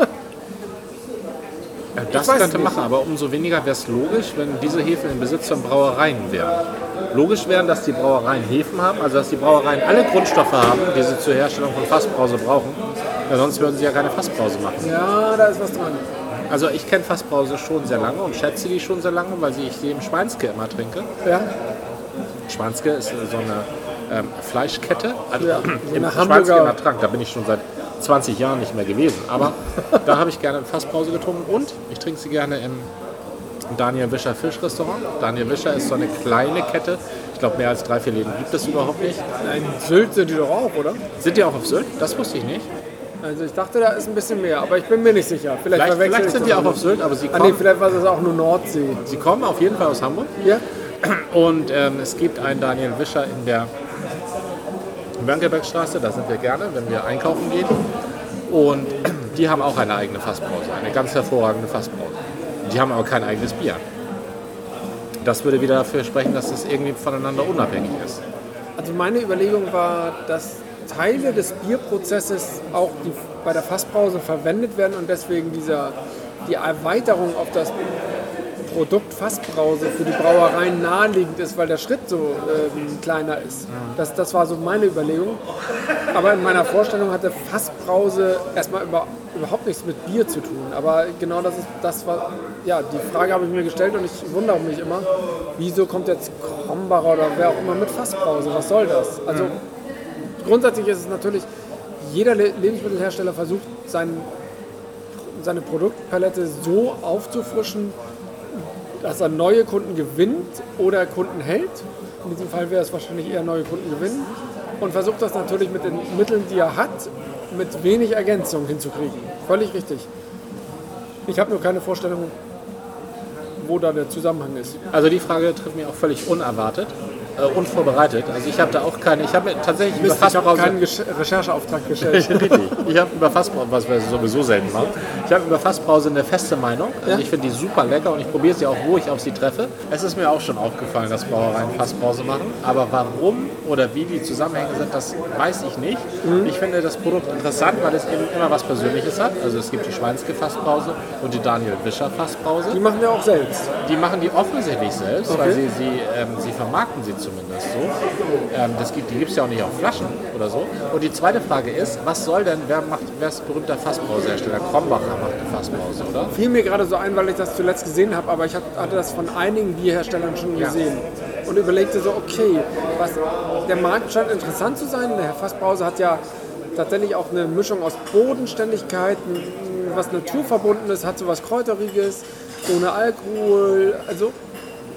Ja, das könnte machen, aber umso weniger wäre es logisch, wenn diese Hefen im Besitz von Brauereien wären. Logisch wäre, dass die Brauereien Hefen haben, also dass die Brauereien alle Grundstoffe haben, die sie zur Herstellung von Fassbrause brauchen. Ja, sonst würden sie ja keine Fassbrause machen. Ja, da ist was dran. Also ich kenne Fassbrause schon sehr lange und schätze die schon sehr lange, weil ich die im Schweinske immer trinke. Ja. Schweinske ist so eine ähm, Fleischkette. Also ja, im Schweinske in der Trank, da bin ich schon seit zwanzig Jahren nicht mehr gewesen. Aber da habe ich gerne Fassbrause getrunken und ich trinke sie gerne im Daniel Wischer Fischrestaurant. Daniel Wischer ist so eine kleine Kette. Ich glaube, mehr als drei, vier Läden gibt es überhaupt nicht. In Sylt sind die doch auch, oder? Sind die auch auf Sylt? Das wusste ich nicht. Also ich dachte, da ist ein bisschen mehr, aber ich bin mir nicht sicher. Vielleicht, vielleicht, vielleicht sind die auch auf Sylt, aber sie kommen... Ah, nee, vielleicht war das auch nur Nordsee. Sie kommen auf jeden Fall aus Hamburg. Ja. Und ähm, es gibt einen Daniel Wischer in der Mönckebergstraße, da sind wir gerne, wenn wir einkaufen gehen. Und die haben auch eine eigene Fassbrause, eine ganz hervorragende Fassbrause. Die haben aber kein eigenes Bier. Das würde wieder dafür sprechen, dass es irgendwie voneinander unabhängig ist. Also meine Überlegung war, dass Teile des Bierprozesses auch die bei der Fassbrause verwendet werden und deswegen dieser, die Erweiterung auf das Produkt Fassbrause für die Brauereien naheliegend ist, weil der Schritt so ähm, kleiner ist. Das, das war so meine Überlegung. Aber in meiner Vorstellung hatte Fassbrause erstmal über, überhaupt nichts mit Bier zu tun. Aber genau das ist das war, ja, die Frage habe ich mir gestellt und ich wundere mich immer, wieso kommt jetzt Krombacher oder wer auch immer mit Fassbrause? Was soll das? Also grundsätzlich ist es natürlich, jeder Lebensmittelhersteller versucht, sein, seine Produktpalette so aufzufrischen, dass er neue Kunden gewinnt oder Kunden hält. In diesem Fall wäre es wahrscheinlich eher neue Kunden gewinnen. Und versucht das natürlich mit den Mitteln, die er hat, mit wenig Ergänzung hinzukriegen. Völlig richtig. Ich habe nur keine Vorstellung, wo da der Zusammenhang ist. Also die Frage trifft mich auch völlig unerwartet. Äh, unvorbereitet. Also ich habe da auch keine, ich habe tatsächlich Mist, über Fassbrause... Ich habe keinen Gesch- Rechercheauftrag gestellt. Richtig. Ich habe über Fassbrause, was wir sowieso selten machen, ich habe über Fassbrause eine feste Meinung. Also ja? Ich finde die super lecker und ich probiere sie auch, wo ich auf sie treffe. Es ist mir auch schon aufgefallen, dass Brauereien Fassbrause machen. Aber warum oder wie die Zusammenhänge sind, das weiß ich nicht. Mhm. Ich finde das Produkt interessant, weil es eben immer was Persönliches hat. Also es gibt die Schweinske Fassbrause und die Daniel Wischer Fassbrause. Die machen wir auch selbst. Die machen die offensichtlich selbst, okay. Weil sie, sie, ähm, sie vermarkten sie zumindest so. Ähm, das gibt, die gibt es ja auch nicht auf Flaschen oder so. Und die zweite Frage ist, was soll denn, wer macht, wer ist berühmter Fassbrausehersteller? Krombacher macht eine Fassbrause, oder? Fiel mir gerade so ein, weil ich das zuletzt gesehen habe, aber ich hatte das von einigen Bierherstellern schon gesehen. Ja. Und überlegte so, okay, was, der Markt scheint interessant zu sein. Der Fassbrause hat ja tatsächlich auch eine Mischung aus Bodenständigkeit, was Naturverbundenes, hat so was Kräuteriges, ohne Alkohol, also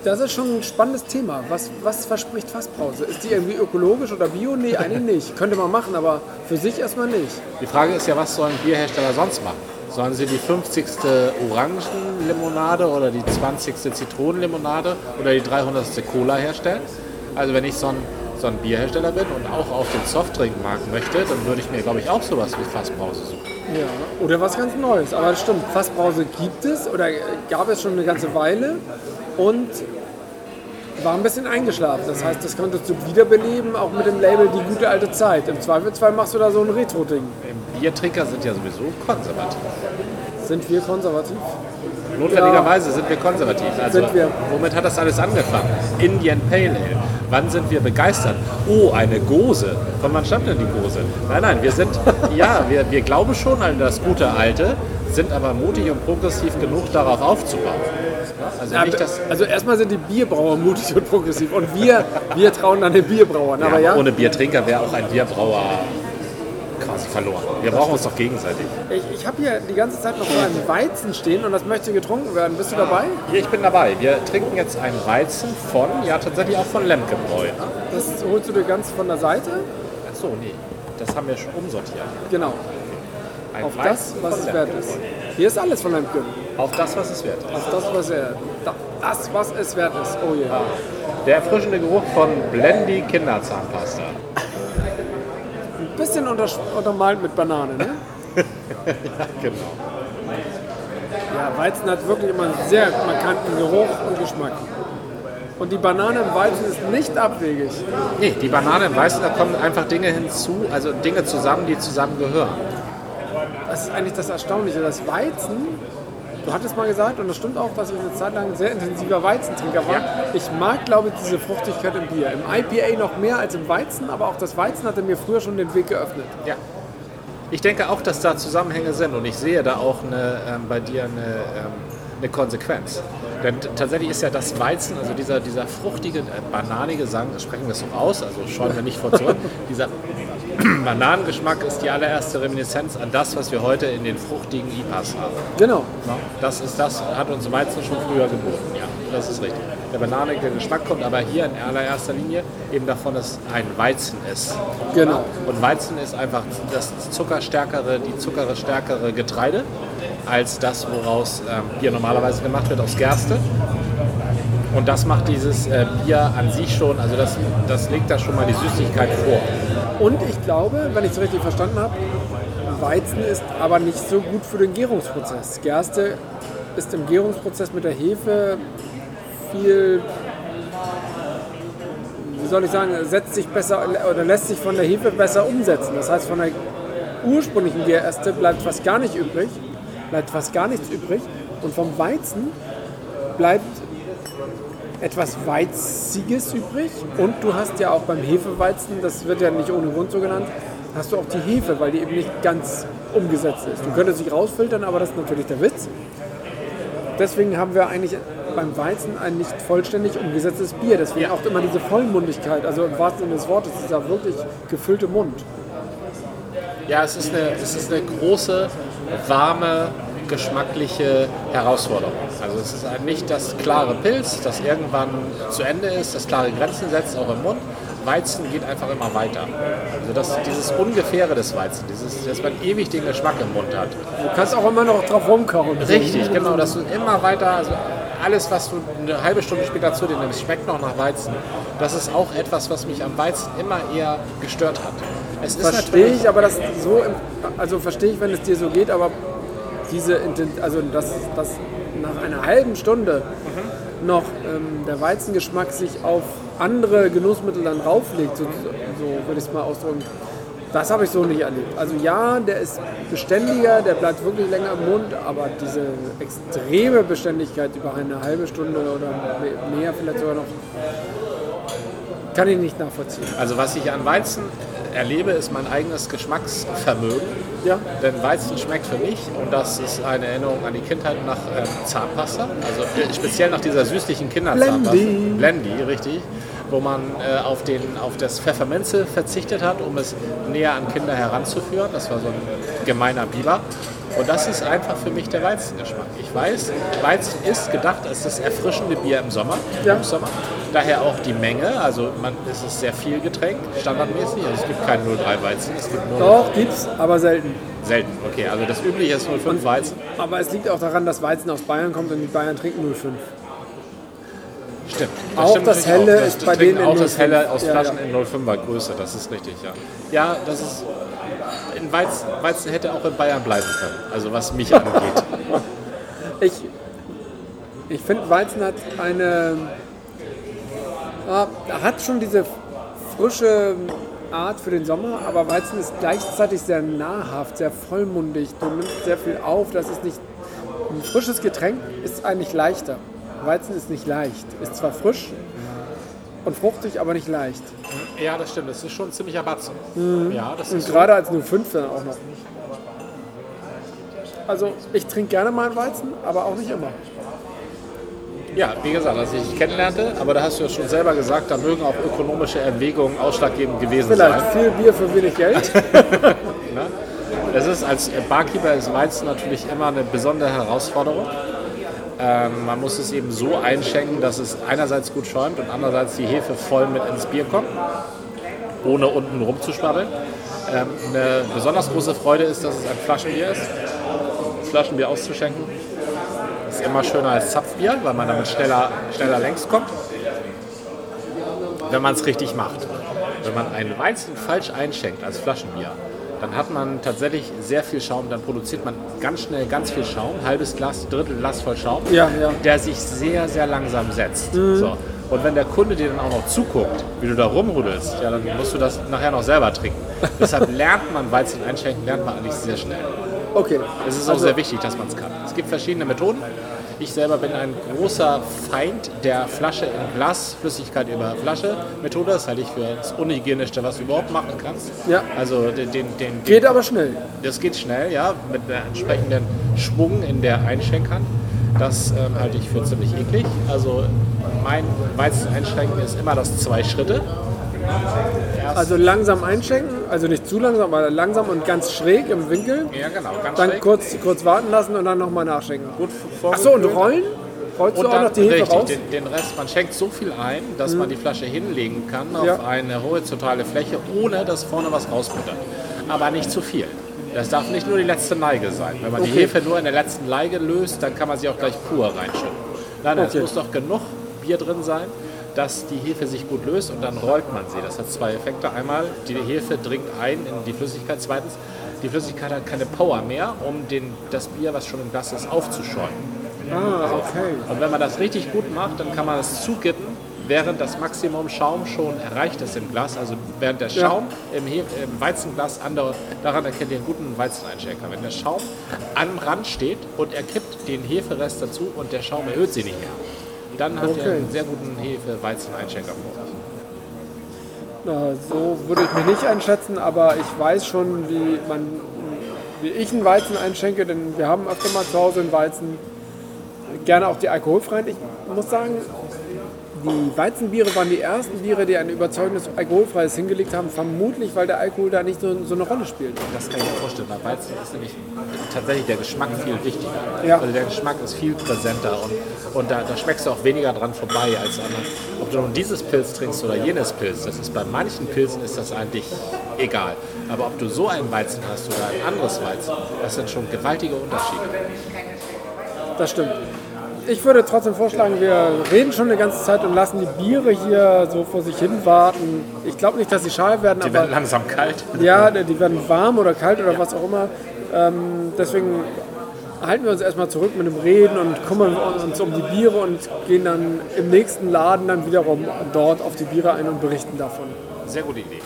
Das ist schon ein spannendes Thema. Was, was verspricht Fassbrause? Ist die irgendwie ökologisch oder bio? Nee, eigentlich nicht. Könnte man machen, aber für sich erstmal nicht. Die Frage ist ja, was sollen Bierhersteller sonst machen? Sollen sie die fünfzigste Orangenlimonade oder die zwanzigste Zitronenlimonade oder die dreihundertste Cola herstellen? Also wenn ich so ein, so ein Bierhersteller bin und auch auf den Softdrinkmarkt möchte, dann würde ich mir, glaube ich, auch sowas wie Fassbrause suchen. Ja, oder was ganz Neues. Aber das stimmt, Fassbrause gibt es oder gab es schon eine ganze Weile und war ein bisschen eingeschlafen. Das heißt, das konntest du wiederbeleben, auch mit dem Label Die gute alte Zeit. Im Zweifelsfall machst du da so ein Retro-Ding. Biertrinker sind ja sowieso konservativ. Sind wir konservativ? Notwendigerweise ja. sind wir konservativ. Also, sind wir. Womit hat das alles angefangen? Indian Pale Ale. Wann sind wir begeistert? Oh, eine Gose. Von wann stammt denn die Gose? Nein, nein, wir sind, ja, wir, wir glauben schon an das gute Alte, sind aber mutig und progressiv genug, darauf aufzubauen. Also, ja, nicht, dass also erstmal sind die Bierbrauer mutig und progressiv und wir, wir trauen dann den Bierbrauern. ja, aber ja, ohne Biertrinker wäre auch ein Bierbrauer quasi verloren. Wir brauchen uns doch gegenseitig. Ich, ich habe hier die ganze Zeit noch so einen Weizen stehen und das möchte getrunken werden. Bist du dabei? Hier, ich bin dabei. Wir trinken jetzt einen Weizen von, ja tatsächlich auch von Lemke-Bräu. Ne? Das holst du dir ganz von der Seite? Ach so, nee. Das haben wir schon umsortiert. Genau. Ein Auf Weizen das, was von es wert ist. Hier ist alles von Lemke. Auf das, was es wert ist. Auf das, was er, das, was es wert ist. Oh je. Yeah. Der erfrischende Geruch von Blendy Kinderzahnpasta. Ein bisschen unter, untermalt mit Banane, ne? Ja, genau. Ja, Weizen hat wirklich immer einen sehr markanten Geruch und Geschmack. Und die Banane im Weizen ist nicht abwegig. Nee, die Banane im Weißen, da kommen einfach Dinge hinzu, also Dinge zusammen, die zusammengehören. Das ist eigentlich das Erstaunliche. Das Weizen, du hattest mal gesagt, und das stimmt auch, dass ich eine Zeit lang ein sehr intensiver Weizentrinker war. Ja. Ich mag, glaube ich, diese Fruchtigkeit im Bier. Im I P A noch mehr als im Weizen, aber auch das Weizen hatte mir früher schon den Weg geöffnet. Ja. Ich denke auch, dass da Zusammenhänge sind und ich sehe da auch eine, ähm, bei dir eine, ähm, eine Konsequenz. Denn t- tatsächlich ist ja das Weizen, also dieser, dieser fruchtige, äh, bananige, sagen, sprechen wir es so aus, also scheuen wir nicht vor zurück, dieser Bananengeschmack ist die allererste Reminiszenz an das, was wir heute in den fruchtigen I P As haben. Genau. Das, ist, das hat uns Weizen schon früher geboten, ja, das ist richtig. Der bananige Geschmack kommt aber hier in allererster Linie eben davon, dass ein Weizen ist. Genau. Und Weizen ist einfach das zuckerstärkere, die zuckerstärkere Getreide als das, woraus ähm, Bier normalerweise gemacht wird, aus Gerste. Und das macht dieses äh, Bier an sich schon, also das, das legt da schon mal die Süßigkeit vor. Und ich glaube, wenn ich es richtig verstanden habe, Weizen ist aber nicht so gut für den Gärungsprozess. Gerste ist im Gärungsprozess mit der Hefe viel, wie soll ich sagen, setzt sich besser oder lässt sich von der Hefe besser umsetzen. Das heißt, von der ursprünglichen Gerste bleibt fast gar nicht übrig, bleibt fast gar nichts übrig. Und vom Weizen bleibt etwas Weiziges übrig. Und du hast ja auch beim Hefeweizen, das wird ja nicht ohne Grund so genannt, hast du auch die Hefe, weil die eben nicht ganz umgesetzt ist. Du könntest sie rausfiltern, aber das ist natürlich der Witz. Deswegen haben wir eigentlich beim Weizen ein nicht vollständig umgesetztes Bier. Deswegen auch immer diese Vollmundigkeit, also im wahrsten Sinne des Wortes, dieser wirklich gefüllte Mund. Ja, es ist eine, es ist eine große, warme, geschmackliche Herausforderung. Also es ist nicht das klare Pilz, das irgendwann zu Ende ist, das klare Grenzen setzt, auch im Mund. Weizen geht einfach immer weiter. Also das, dieses Ungefähre des Weizen, dieses, dass man ewig den Geschmack im Mund hat. Du kannst auch immer noch drauf rumkauen. Richtig, genau, dass du immer weiter, also alles, was du eine halbe Stunde später zu dir nimmst, schmeckt noch nach Weizen. Das ist auch etwas, was mich am Weizen immer eher gestört hat. Es ist verstehe ich, aber das so, also verstehe ich, wenn es dir so geht, aber diese, also dass, dass nach einer halben Stunde mhm. noch ähm, der Weizengeschmack sich auf andere Genussmittel dann rauflegt, so, so würde ich es mal ausdrücken. Das habe ich so nicht erlebt. Also ja, der ist beständiger, der bleibt wirklich länger im Mund, aber diese extreme Beständigkeit über eine halbe Stunde oder mehr vielleicht sogar noch, kann ich nicht nachvollziehen. Also was ich an Weizen erlebe, ist mein eigenes Geschmacksvermögen. Ja. Denn Weizen schmeckt für mich, und das ist eine Erinnerung an die Kindheit, nach ähm, Zahnpasta. Also äh, speziell nach dieser süßlichen Kinderzahnpasta. Blendy. Blendy, richtig. Wo man äh, auf, den, auf das Pfefferminze verzichtet hat, um es näher an Kinder heranzuführen. Das war so ein gemeiner Biber. Und das ist einfach für mich der Weizengeschmack. Ich weiß, Weizen ist gedacht als das erfrischende Bier im Sommer. Ja. Im Sommer. Daher auch die Menge. Also man, es ist sehr viel Getränk, standardmäßig. Also es gibt keinen null drei Weizen. Es gibt nur Doch, gibt's, aber selten. selten. Okay, also das übliche ist null fünf Weizen. Aber es liegt auch daran, dass Weizen aus Bayern kommt und die Bayern trinken null fünf. Stimmt. Auch stimmt das natürlich Helle auch. ist Das bei trinken denen in auch das null fünf. Helle aus Ja, Flaschen ja. in null fünfer Größe. Das ist richtig, ja. Ja, das ist... In Weizen, Weizen hätte auch in Bayern bleiben können. Also was mich angeht. Ich, ich finde, Weizen hat eine... Ah, hat schon diese frische Art für den Sommer, aber Weizen ist gleichzeitig sehr nahrhaft, sehr vollmundig. Du nimmst sehr viel auf. Das ist nicht... Ein frisches Getränk ist eigentlich leichter. Weizen ist nicht leicht. Ist zwar frisch und fruchtig, aber nicht leicht. Ja, das stimmt. Das ist schon ein ziemlicher Batzen. Ja, das Und ist gerade als null fünf dann auch noch. Also ich trinke gerne mal einen Weizen, aber auch nicht immer. Ja, wie gesagt, als ich dich kennenlernte, aber da hast du ja schon selber gesagt, da mögen auch ökonomische Erwägungen ausschlaggebend gewesen Vielleicht sein. viel Bier für wenig Geld. Ne? Es ist als Barkeeper ist Weizen natürlich immer eine besondere Herausforderung. Ähm, man muss es eben so einschenken, dass es einerseits gut schäumt und andererseits die Hefe voll mit ins Bier kommt, ohne unten rumzuschwabbeln. Ähm, eine besonders große Freude ist, dass es ein Flaschenbier ist. Flaschenbier auszuschenken ist immer schöner als Zapfbier, weil man damit schneller, schneller längs kommt, wenn man es richtig macht. Wenn man einen Weizen falsch einschenkt als Flaschenbier, dann hat man tatsächlich sehr viel Schaum, dann produziert man ganz schnell ganz viel Schaum, halbes Glas, Drittel Glas voll Schaum, Ja, ja. der sich sehr, sehr langsam setzt. So. Und wenn der Kunde dir dann auch noch zuguckt, wie du da rumrudelst, ja, dann musst du das nachher noch selber trinken. Deshalb lernt man Weizen einschenken, lernt man eigentlich sehr schnell. Okay. Es ist auch Also- sehr wichtig, dass man es kann. Es gibt verschiedene Methoden. Ich selber bin ein großer Feind der Flasche in Glas, Flüssigkeit über Flasche Methode. Das halte ich für das Unhygienischste, was du überhaupt machen kannst. Ja. Also den, den, den, Geht aber schnell. das geht schnell, ja, mit einem entsprechenden Schwung in der Einschenkhand. Das ähm, halte ich für ziemlich eklig. Also mein Weizen einschenken ist immer das zwei Schritte. Erst, Also langsam einschenken, also nicht zu langsam, aber langsam und ganz schräg im Winkel. ja, genau, ganz Dann schräg. kurz, kurz warten lassen und dann nochmal nachschenken. Gut Achso, und vorgefüllt. rollen? Rollst Und du auch dann noch die Hefe richtig, raus? den, den Rest, man schenkt so viel ein, dass man die Flasche hinlegen kann auf Ja. eine horizontale Fläche, ohne dass vorne was rausbuttert. Aber nicht zu viel. Das darf nicht nur die letzte Neige sein. Wenn man die Okay. Hefe nur in der letzten Neige löst, dann kann man sie auch gleich pur reinschütten. Nein, nein, Okay. es muss doch genug Bier drin sein, dass die Hefe sich gut löst und dann rollt man sie. Das hat zwei Effekte. Einmal, die Hefe dringt ein in die Flüssigkeit. Zweitens, die Flüssigkeit hat keine Power mehr, um den, das Bier, was schon im Glas ist, aufzuschäumen. Ah, okay. Und wenn man das richtig gut macht, dann kann man es zukippen, während das Maximum Schaum schon erreicht ist im Glas. Also während der Ja. Schaum im, He im Weizenglas, andauert, daran erkennt ihr einen guten Weizeneinschenker. Wenn der Schaum am Rand steht und er kippt den Heferest dazu und der Schaum erhöht sie nicht mehr, dann habt ihr Okay. einen sehr guten Hefe-Weizeneinschenker vor. Na, so würde ich mich nicht einschätzen, aber ich weiß schon, wie, man, wie ich einen Weizen einschenke, denn wir haben öfter mal zu Hause einen Weizen, gerne auch die alkoholfreien. Ich muss sagen, die Weizenbiere waren die ersten Biere, die ein überzeugendes alkoholfreies hingelegt haben, vermutlich, weil der Alkohol da nicht so, so eine Rolle spielt. Das kann ich mir vorstellen. Bei Weizen ist nämlich tatsächlich der Geschmack viel wichtiger. Ja. Also der Geschmack ist viel präsenter und, und da, da schmeckst du auch weniger dran vorbei als anderen. Ob du nun dieses Pilz trinkst oder jenes Pilz, das ist bei manchen Pilzen ist das eigentlich egal. Aber ob du so einen Weizen hast oder ein anderes Weizen, das sind schon gewaltige Unterschiede. Das stimmt. Ich würde trotzdem vorschlagen, wir reden schon eine ganze Zeit und lassen die Biere hier so vor sich hin warten. Ich glaube nicht, dass sie schal werden, Die aber werden langsam kalt. ja, die werden warm oder kalt oder was auch immer. Ähm, deswegen halten wir uns erstmal zurück mit dem Reden und kümmern uns um die Biere und gehen dann im nächsten Laden dann wiederum dort auf die Biere ein und berichten davon. Sehr gute Idee.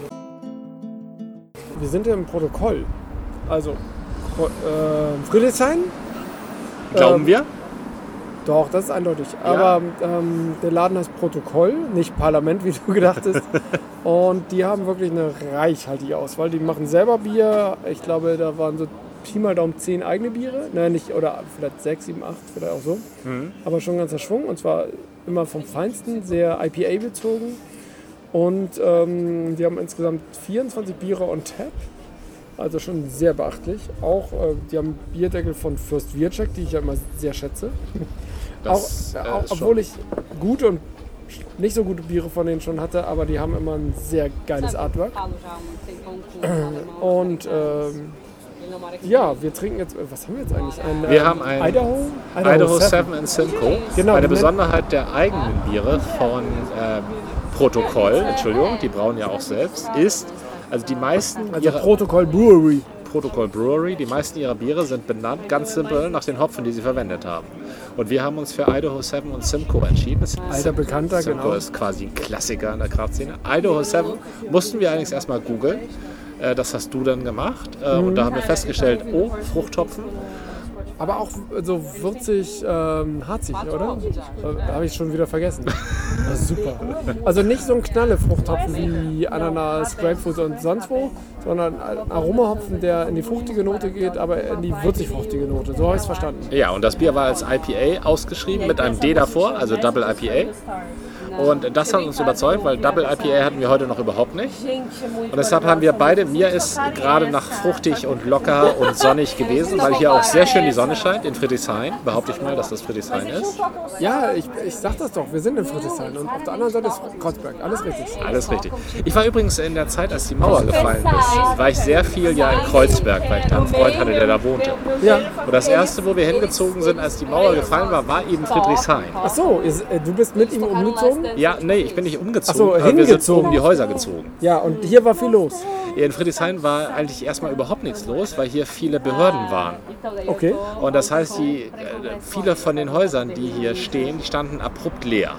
Wir sind ja im Protokoll. Also äh, Friedrichshain. Glauben Ähm, wir? Doch, das ist eindeutig. Aber ähm, der Laden heißt Protokoll, nicht Parlament, wie du gedacht hast. Und die haben wirklich eine reichhaltige Auswahl. Die machen selber Bier. Ich glaube, da waren so Pi mal Daumen zehn eigene Biere. Nein, nicht, oder vielleicht sechs, sieben, acht, vielleicht auch so. Mhm. Aber schon ein ganzer Schwung. Und zwar immer vom Feinsten, sehr I P A bezogen. Und ähm, die haben insgesamt vierundzwanzig Biere on tap. Also schon sehr beachtlich. Auch, äh, die haben Bierdeckel von Fürst Wirczek, die ich ja immer sehr schätze. Das, auch, äh, auch, ist obwohl schon- ich gute und nicht so gute Biere von denen schon hatte, aber die haben immer ein sehr geiles Artwork. Und ähm, ja, wir trinken jetzt, was haben wir jetzt eigentlich? Ein, Wir ähm, haben ein Idaho? Idaho sieben in Simcoe. Genau, Eine die Besonderheit der eigenen Biere von ähm, Protokoll, Entschuldigung, die brauen ja auch selbst, ist, also die meisten Also ihrer Protocol Brewery. Protocol Brewery, die meisten ihrer Biere sind benannt, ganz simpel, nach den Hopfen, die sie verwendet haben. Und wir haben uns für Idaho sieben und Simcoe entschieden. Das Alter Bekannter, Simcoe genau. ist quasi ein Klassiker in der Kraftszene. Idaho sieben mussten wir allerdings erstmal googeln. Äh, Das hast du dann gemacht. Äh, Und da haben wir festgestellt, oh, Fruchthopfen. Aber auch so würzig, ähm, harzig, oder? Äh, Habe ich schon wieder vergessen. Das ist super. Also nicht so ein Knalle-Fruchthopfen wie Ananas, Grapefruit und sonst wo, sondern ein Aromahopfen, der in die fruchtige Note geht, aber in die würzig-fruchtige Note. So habe ich es verstanden. Ja, und das Bier war als I P A ausgeschrieben mit einem D davor, also Double I P A. Und das hat uns überzeugt, weil Double I P A hatten wir heute noch überhaupt nicht. Und deshalb haben wir beide, mir ist gerade nach fruchtig und locker und sonnig gewesen, weil hier auch sehr schön die Sonne scheint in Friedrichshain. Behaupte ich mal, dass das Friedrichshain ist. Ja, ich, ich sag das doch, wir sind in Friedrichshain und auf der anderen Seite ist Kreuzberg. Alles richtig. Alles richtig. Ich war übrigens in der Zeit, als die Mauer gefallen ist, war ich sehr viel ja in Kreuzberg, weil ich da einen Freund hatte, der da wohnte. Ja. Und das erste, wo wir hingezogen sind, als die Mauer gefallen war, war eben Friedrichshain. Ach so, ist, äh, du bist mit ihm umgezogen? Ja, nee, ich bin nicht umgezogen, Ach so, aber wir sind hingezogen. um die Häuser gezogen. Ja, und hier war viel los. In Friedrichshain war eigentlich erstmal überhaupt nichts los, weil hier viele Behörden waren. Okay. Und das heißt, die, äh, viele von den Häusern, die hier stehen, die standen abrupt leer.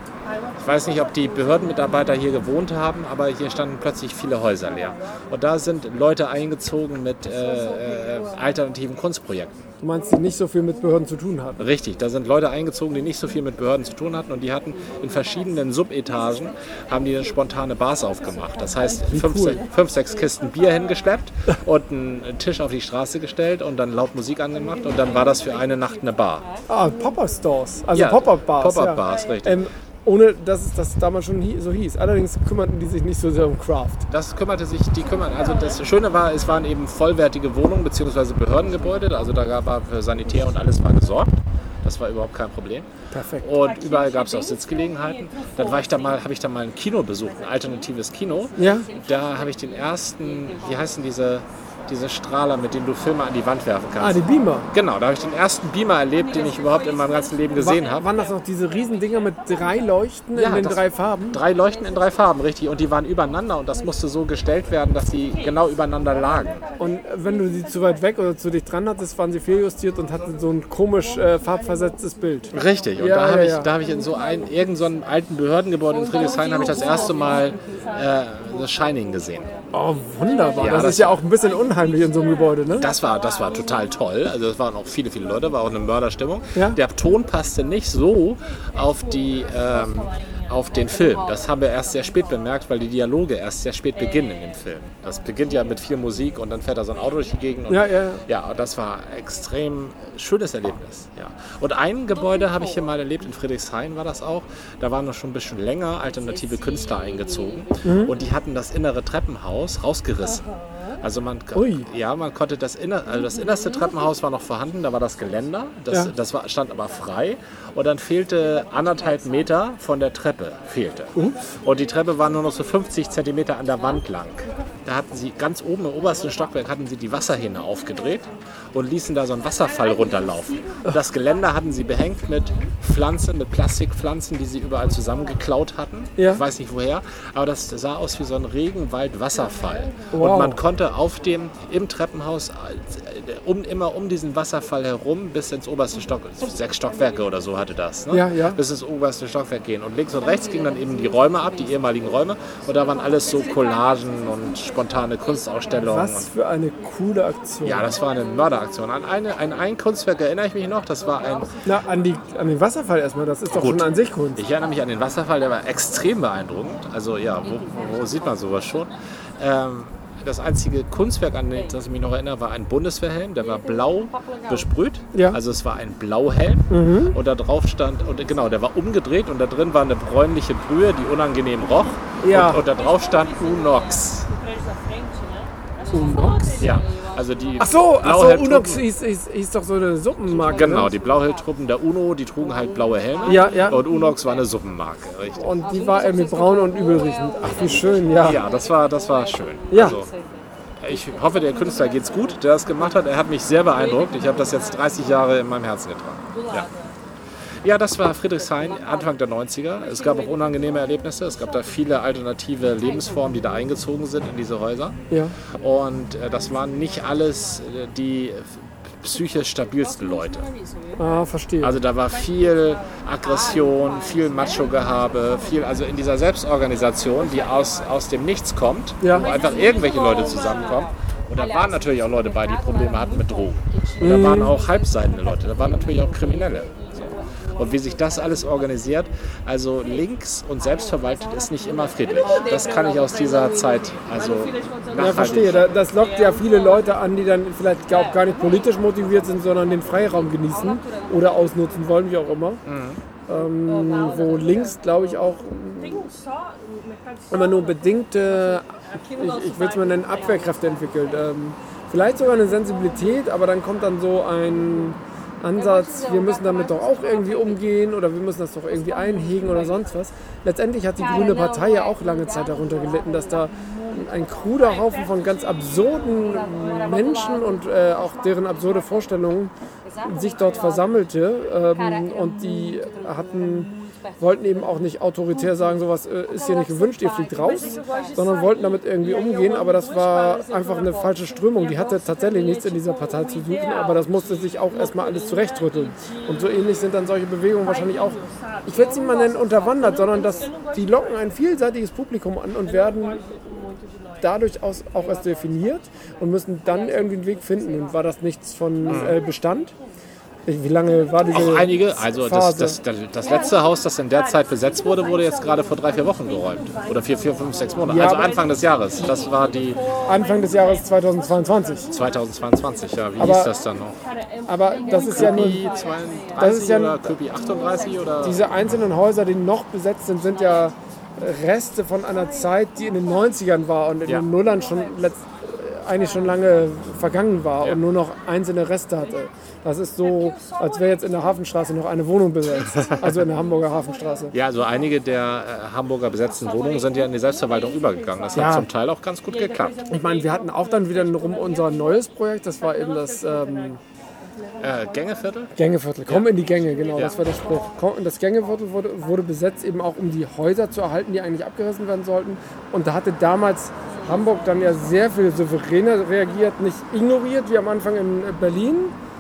Ich weiß nicht, ob die Behördenmitarbeiter hier gewohnt haben, aber hier standen plötzlich viele Häuser leer. Und da sind Leute eingezogen mit äh, äh, alternativen Kunstprojekten. Du meinst, die nicht so viel mit Behörden zu tun hatten? Richtig, da sind Leute eingezogen, die nicht so viel mit Behörden zu tun hatten und die hatten in verschiedenen Subetagen, haben die eine spontane Bars aufgemacht. Das heißt, fünf, cool. se- fünf, sechs Kisten Bier hingeschleppt und einen Tisch auf die Straße gestellt und dann laut Musik angemacht und dann war das für eine Nacht eine Bar. Ah, Pop-Up-Stores, also Ja, Pop-Up-Bars. Pop-Up-Bars, ja. richtig. Ähm, ohne dass es das damals schon hi- so hieß. Allerdings kümmerten die sich nicht so sehr um Craft. Das kümmerte sich, die kümmern. Also das Schöne war, es waren eben vollwertige Wohnungen bzw. Behördengebäude. Also da war für Sanitär und alles war gesorgt. Das war überhaupt kein Problem. Perfekt. Und überall gab es auch Sitzgelegenheiten. Dann war ich da mal, habe ich da mal ein Kino besucht, ein alternatives Kino. Ja. Da habe ich den ersten, wie heißen diese, diese Strahler, mit denen du Filme an die Wand werfen Ah, kannst. die Beamer. Genau, da habe ich den ersten Beamer erlebt, den ich überhaupt in meinem ganzen Leben gesehen Wa- habe. Waren das noch diese Riesendinger mit drei Leuchten Ja, in den das- drei Farben? Drei Leuchten in drei Farben, richtig. Und die waren übereinander und das musste so gestellt werden, dass sie genau übereinander lagen. Und wenn du sie zu weit weg oder zu dicht dran hattest, waren sie fehljustiert und hatten so ein komisch äh, farbversetztes Bild. Richtig. Und Ja, da ja, habe ich, ja. da habe ich in so ein, irgend so einem alten Behördengebäude in Friedrichshain habe ich das erste Mal äh, The Shining gesehen. Oh, wunderbar. Ja, das, das- ist ja auch ein bisschen unheimlich in so einem Gebäude, ne? Das war, das war total toll. Also es waren auch viele, viele Leute, war auch eine Mörderstimmung. Ja. Der Ton passte nicht so auf die ähm, auf den Film. Das haben wir erst sehr spät bemerkt, weil die Dialoge erst sehr spät beginnen in dem Film. Das beginnt ja mit viel Musik und dann fährt da so ein Auto durch die Gegend. Und Ja, ja, ja. Ja, das war extrem schönes Erlebnis. Ja. Und ein Gebäude habe ich hier mal erlebt, in Friedrichshain war das auch. Da waren noch schon ein bisschen länger alternative Künstler eingezogen und die hatten das innere Treppenhaus rausgerissen. Also man, Ui. ja, man konnte das, inner, also das innerste Treppenhaus war noch vorhanden, da war das Geländer, das, Ja. das war, stand aber frei und dann fehlte anderthalb Meter von der Treppe, fehlte. Und die Treppe war nur noch so fünfzig Zentimeter an der Wand lang. Da hatten sie ganz oben im obersten Stockwerk hatten sie die Wasserhähne aufgedreht und ließen da so einen Wasserfall runterlaufen. Und das Geländer hatten sie behängt mit Pflanzen, mit Plastikpflanzen, die sie überall zusammengeklaut hatten. Ja. Ich weiß nicht woher, aber das sah aus wie so ein Regenwald-Wasserfall. Wow. Und man konnte auf dem, im Treppenhaus, äh, um, immer um diesen Wasserfall herum bis ins oberste Stock, sechs Stockwerke oder so hatte das, ne? Ja, ja. Bis ins oberste Stockwerk gehen. Und links und rechts gingen dann eben die Räume ab, die ehemaligen Räume. Und da waren alles so Collagen und spontane Kunstausstellungen. Was für eine coole Aktion. Ja, das war eine Mörderaktion. An eine, ein, ein Kunstwerk erinnere ich mich noch, das war ein, Na, an, die, an den Wasserfall erstmal, das ist doch Gut. schon an sich Kunst. ich erinnere mich an den Wasserfall, der war extrem beeindruckend. Also ja, wo, wo sieht man sowas schon? Ähm, das einzige Kunstwerk, an das ich mich noch erinnere, war ein Bundeswehrhelm, der war blau besprüht. Ja. Also es war ein Blauhelm und da drauf stand, und genau, der war umgedreht und da drin war eine bräunliche Brühe, die unangenehm roch. Ja. Und, und da drauf stand Unox. Unox? Ja, also die Ach so, ach so Blauhelm-Truppen- Unox hieß, hieß, hieß doch so eine Suppenmarke. Genau, Ne? die Blauhelm-Truppen der UNO, die trugen halt blaue Helme. Ja, ja. Und Unox war eine Suppenmarke, richtig. Und die war irgendwie braun und übelriechend. Ach, wie schön, ja. Ja, das war, das war schön. Ja. Also, ich hoffe, der Künstler geht's gut, der das gemacht hat. Er hat mich sehr beeindruckt. Ich habe das jetzt dreißig Jahre in meinem Herzen getragen. Ja. Ja, das war Friedrichshain Anfang der neunziger. Es gab auch unangenehme Erlebnisse. Es gab da viele alternative Lebensformen, die da eingezogen sind in diese Häuser. Ja. Und äh, das waren nicht alles äh, die psychisch stabilsten Leute. Ah, verstehe. Also da war viel Aggression, viel Macho-Gehabe, viel, also in dieser Selbstorganisation, die aus, aus dem Nichts kommt, Ja. wo einfach irgendwelche Leute zusammenkommen. Und da waren natürlich auch Leute bei, die Probleme hatten mit Drogen. Und da waren auch halbseitende Leute, da waren natürlich auch Kriminelle. So. Und wie sich das alles organisiert, also links und selbstverwaltet ist nicht immer friedlich. Das kann ich aus dieser Zeit also Ja, verstehe. Da- Das lockt ja viele Leute an, die dann vielleicht auch gar nicht politisch motiviert sind, sondern den Freiraum genießen oder ausnutzen wollen, wie auch immer. Ähm, wo links, glaube ich, auch immer nur bedingte, ich, ich will es mal nennen, Abwehrkräfte entwickelt. Ähm, vielleicht sogar eine Sensibilität, aber dann kommt dann so ein Ansatz, wir müssen damit doch auch irgendwie umgehen oder wir müssen das doch irgendwie einhegen oder sonst was. Letztendlich hat die Grüne Partei ja auch lange Zeit darunter gelitten, dass da ein kruder Haufen von ganz absurden Menschen und äh, auch deren absurde Vorstellungen sich dort versammelte ähm, und die hatten, wollten eben auch nicht autoritär sagen, sowas äh, ist hier nicht gewünscht, ihr fliegt raus, sondern wollten damit irgendwie umgehen, aber das war einfach eine falsche Strömung. Die hatte tatsächlich nichts in dieser Partei zu suchen, aber das musste sich auch erstmal alles zurechtrütteln. Und so ähnlich sind dann solche Bewegungen wahrscheinlich auch, ich würde es nicht mal nennen unterwandert, sondern dass die locken ein vielseitiges Publikum an und werden dadurch aus, auch erst definiert und müssen dann irgendwie einen Weg finden. Und war das nichts von äh, Bestand? Wie lange war diese Auch einige, also das, Phase? das, das, das letzte Haus, das in der Zeit besetzt wurde, wurde jetzt gerade vor drei, vier Wochen geräumt. Oder vier, vier, fünf, sechs Monate. Ja, Also aber- Anfang des Jahres. Das war die Anfang des Jahres zweitausendzweiundzwanzig. zweitausendzweiundzwanzig, ja. Wie Aber- hieß das dann noch? Aber das ist ja nur, Köpi zweiunddreißig das ist ja- oder Köpi achtunddreißig oder? diese einzelnen Häuser, die noch besetzt sind, sind ja Reste von einer Zeit, die in den neunzigern war und in Ja. den Nullern schon letzt, eigentlich schon lange vergangen war Ja. und nur noch einzelne Reste hatte. Das ist so, als wäre jetzt in der Hafenstraße noch eine Wohnung besetzt. Also in der Hamburger Hafenstraße. Ja, also einige der äh, Hamburger besetzten Wohnungen sind ja in die Selbstverwaltung übergegangen. Das Ja. hat zum Teil auch ganz gut geklappt. Ich meine, wir hatten auch dann wiederum unser neues Projekt, das war eben das ähm, Äh, Gängeviertel? Gängeviertel. Komm in die Gänge, genau, Ja. das war der Spruch. Komm, und das Gängeviertel wurde, wurde besetzt, eben auch um die Häuser zu erhalten, die eigentlich abgerissen werden sollten. Und da hatte damals Hamburg dann ja sehr viel souveräner reagiert, nicht ignoriert wie am Anfang in Berlin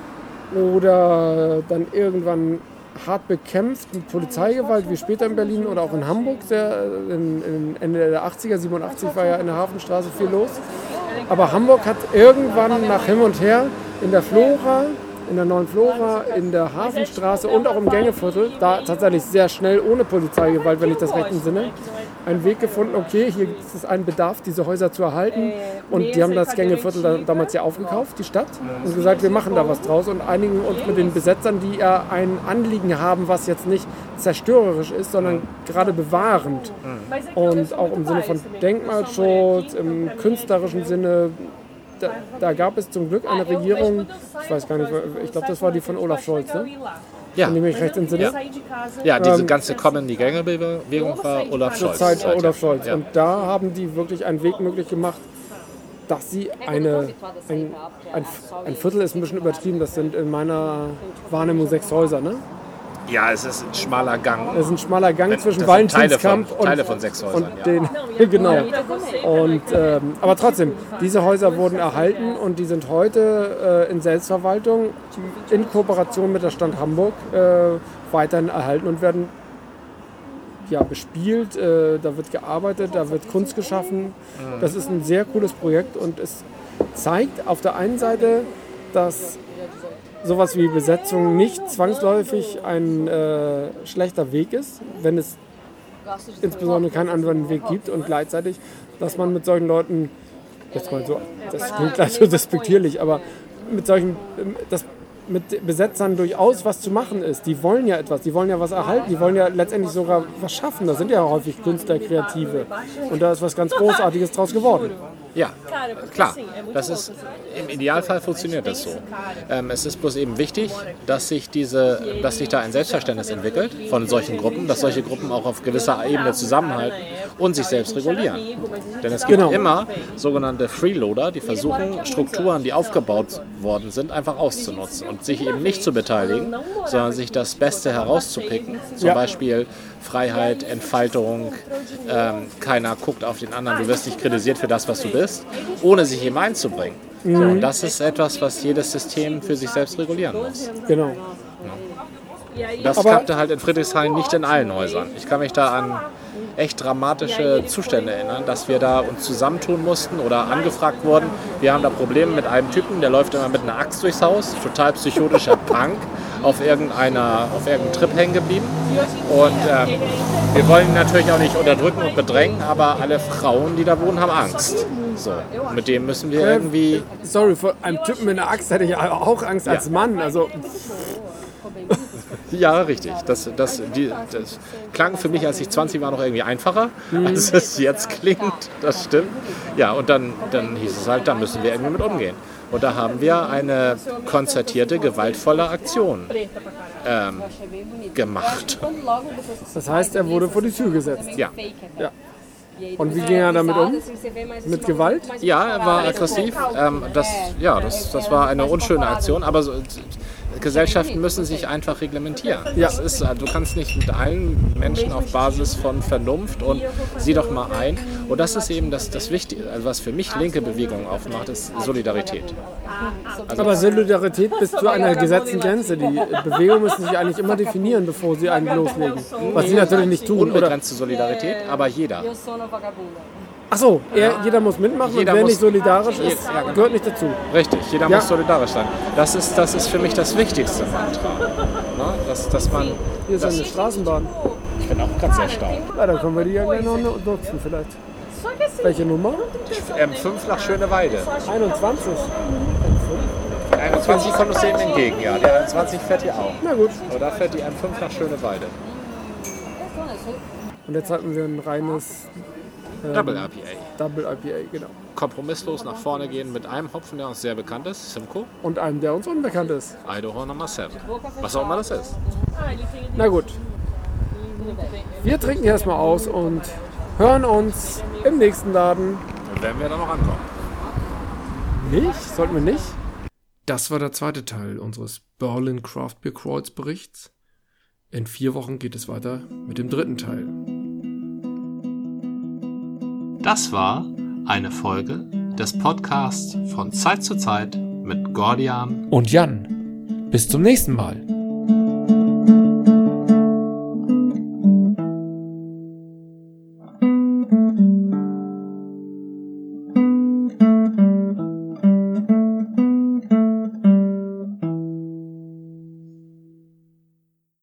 oder dann irgendwann hart bekämpft mit Polizeigewalt, wie später in Berlin oder auch in Hamburg. Sehr, in, in Ende der achtziger, siebenundachtzig war ja in der Hafenstraße viel los. Aber Hamburg hat irgendwann nach hin und her in der Flora, in der neuen Flora, in der Hafenstraße und auch im Gängeviertel, da tatsächlich sehr schnell ohne Polizeigewalt, wenn ich das recht entsinne, einen Weg gefunden, okay, hier gibt es einen Bedarf, diese Häuser zu erhalten. Und die haben das Gängeviertel da, damals ja aufgekauft, die Stadt, und gesagt, wir machen da was draus und einigen uns mit den Besetzern, die ja ein Anliegen haben, was jetzt nicht zerstörerisch ist, sondern gerade bewahrend. Und auch im Sinne von Denkmalschutz, im künstlerischen Sinne. Da, da gab es zum Glück eine Regierung, ich weiß gar nicht, ich glaube, das war die von Olaf Scholz, ne? Ja. Wenn ich mich recht entsinne. Ja, diese ganze Kommen in die Gänge-Bewegung war Olaf Zur Scholz. Zeit Zeit, Olaf Scholz. Ja. Und da haben die wirklich einen Weg möglich gemacht, dass sie eine, ein, ein, ein Viertel ist ein bisschen übertrieben, das sind in meiner Wahrnehmung sechs Häuser, ne? Ja, es ist ein schmaler Gang. Das ist ein schmaler Gang Das zwischen sind Teile Valentinskamp von- und, Teile von sechs Häusern, und den, genau. Und, ähm, aber trotzdem, diese Häuser wurden erhalten und die sind heute äh, in Selbstverwaltung in Kooperation mit der Stadt Hamburg äh, weiterhin erhalten und werden ja, bespielt, äh, da wird gearbeitet, da wird Kunst geschaffen. Das ist ein sehr cooles Projekt und es zeigt auf der einen Seite, dass sowas wie Besetzung nicht zwangsläufig ein äh, schlechter Weg ist, wenn es insbesondere keinen anderen Weg gibt und gleichzeitig, dass man mit solchen Leuten, jetzt mal so, das klingt gleich so despektierlich, aber mit solchen, dass mit Besetzern durchaus was zu machen ist. Die wollen ja etwas, die wollen ja was erhalten, die wollen ja letztendlich sogar was schaffen. Das sind ja häufig Künstler, Kreative. Und da ist was ganz Großartiges draus geworden. Ja, klar. Das ist, im Idealfall funktioniert das so. Ähm, es ist bloß eben wichtig, dass sich, diese, dass sich da ein Selbstverständnis entwickelt von solchen Gruppen, dass solche Gruppen auch auf gewisser Ebene zusammenhalten und sich selbst regulieren. Denn es gibt Genau. immer sogenannte Freeloader, die versuchen, Strukturen, die aufgebaut worden sind, einfach auszunutzen und sich eben nicht zu beteiligen, sondern sich das Beste herauszupicken. Zum Ja. Beispiel Freiheit, Entfaltung, ähm, keiner guckt auf den anderen, du wirst nicht kritisiert für das, was du bist, ohne sich ihm einzubringen. So, und das ist etwas, was jedes System für sich selbst regulieren muss. Genau. Das Aber- klappte halt in Friedrichshain nicht in allen Häusern. Ich kann mich da an echt dramatische Zustände erinnern, dass wir da uns zusammentun mussten oder angefragt wurden. Wir haben da Probleme mit einem Typen, der läuft immer mit einer Axt durchs Haus, total psychotischer Punk, auf, irgendeiner, auf irgendeinem Trip hängen geblieben. Und ähm, wir wollen ihn natürlich auch nicht unterdrücken und bedrängen, aber alle Frauen, die da wohnen, haben Angst. So, mit dem müssen wir irgendwie... Sorry, vor einem Typen mit einer Axt hätte ich auch Angst als Ja. Mann. Also, Ja, richtig. Das, das, die, das klang für mich, als ich zwanzig war, noch irgendwie einfacher, als es jetzt klingt. Das stimmt. Ja, und dann, dann hieß es halt, da müssen wir irgendwie mit umgehen. Und da haben wir eine konzertierte, gewaltvolle Aktion ähm, gemacht. das heißt, er wurde vor die Tür gesetzt. Ja. Ja. Und wie ging er damit um? Mit Gewalt? Ja, er war aggressiv. Ähm, das, ja, das, das war eine unschöne Aktion, aber so, Gesellschaften müssen sich einfach reglementieren. Ja. Das ist, du kannst nicht mit allen Menschen auf Basis von Vernunft und sieh doch mal ein. Und das ist eben das, das Wichtige, also was für mich linke Bewegungen aufmacht, ist Solidarität. Aber Solidarität bis zu einer gesetzten Grenze. Die Bewegung müssen sich eigentlich immer definieren, bevor sie einen loslegen. Was sie natürlich nicht tun. Oder? Unbegrenzte Solidarität, aber jeder. Achso, er, jeder muss mitmachen Jeder und wer muss- nicht solidarisch ist, Ja, genau. gehört nicht dazu. Richtig, jeder Ja. muss solidarisch sein. Das ist, das ist für mich das wichtigste Mantra. Ne? Dass, dass man, Hier ist eine Straßenbahn. ich bin auch ganz erstaunt. Ja, dann können wir die ja gleich noch nutzen vielleicht. Welche Nummer? Ähm, fünf nach Schöneweide. einundzwanzig. einundzwanzig kommt uns dem entgegen, ja. Die einundzwanzig fährt hier auch. Na gut. Aber da fährt die M fünf nach Schöneweide. Und jetzt hatten wir ein reines Double I P A. Double I P A, genau. Kompromisslos nach vorne gehen mit einem Hopfen, der uns sehr bekannt ist, Simcoe, Und einem, der uns unbekannt ist. Idaho Nummer sieben. Was auch immer das ist. Na gut. Wir trinken hier erstmal aus und hören uns im nächsten Laden. Und werden wir da noch ankommen. Nicht? Sollten wir nicht? Das war der zweite Teil unseres Berlin Craft Beer Crawls Berichts. In vier Wochen geht es weiter mit dem dritten Teil. Das war eine Folge des Podcasts von Zeit zu Zeit mit Gordian Und Jan, bis zum nächsten Mal.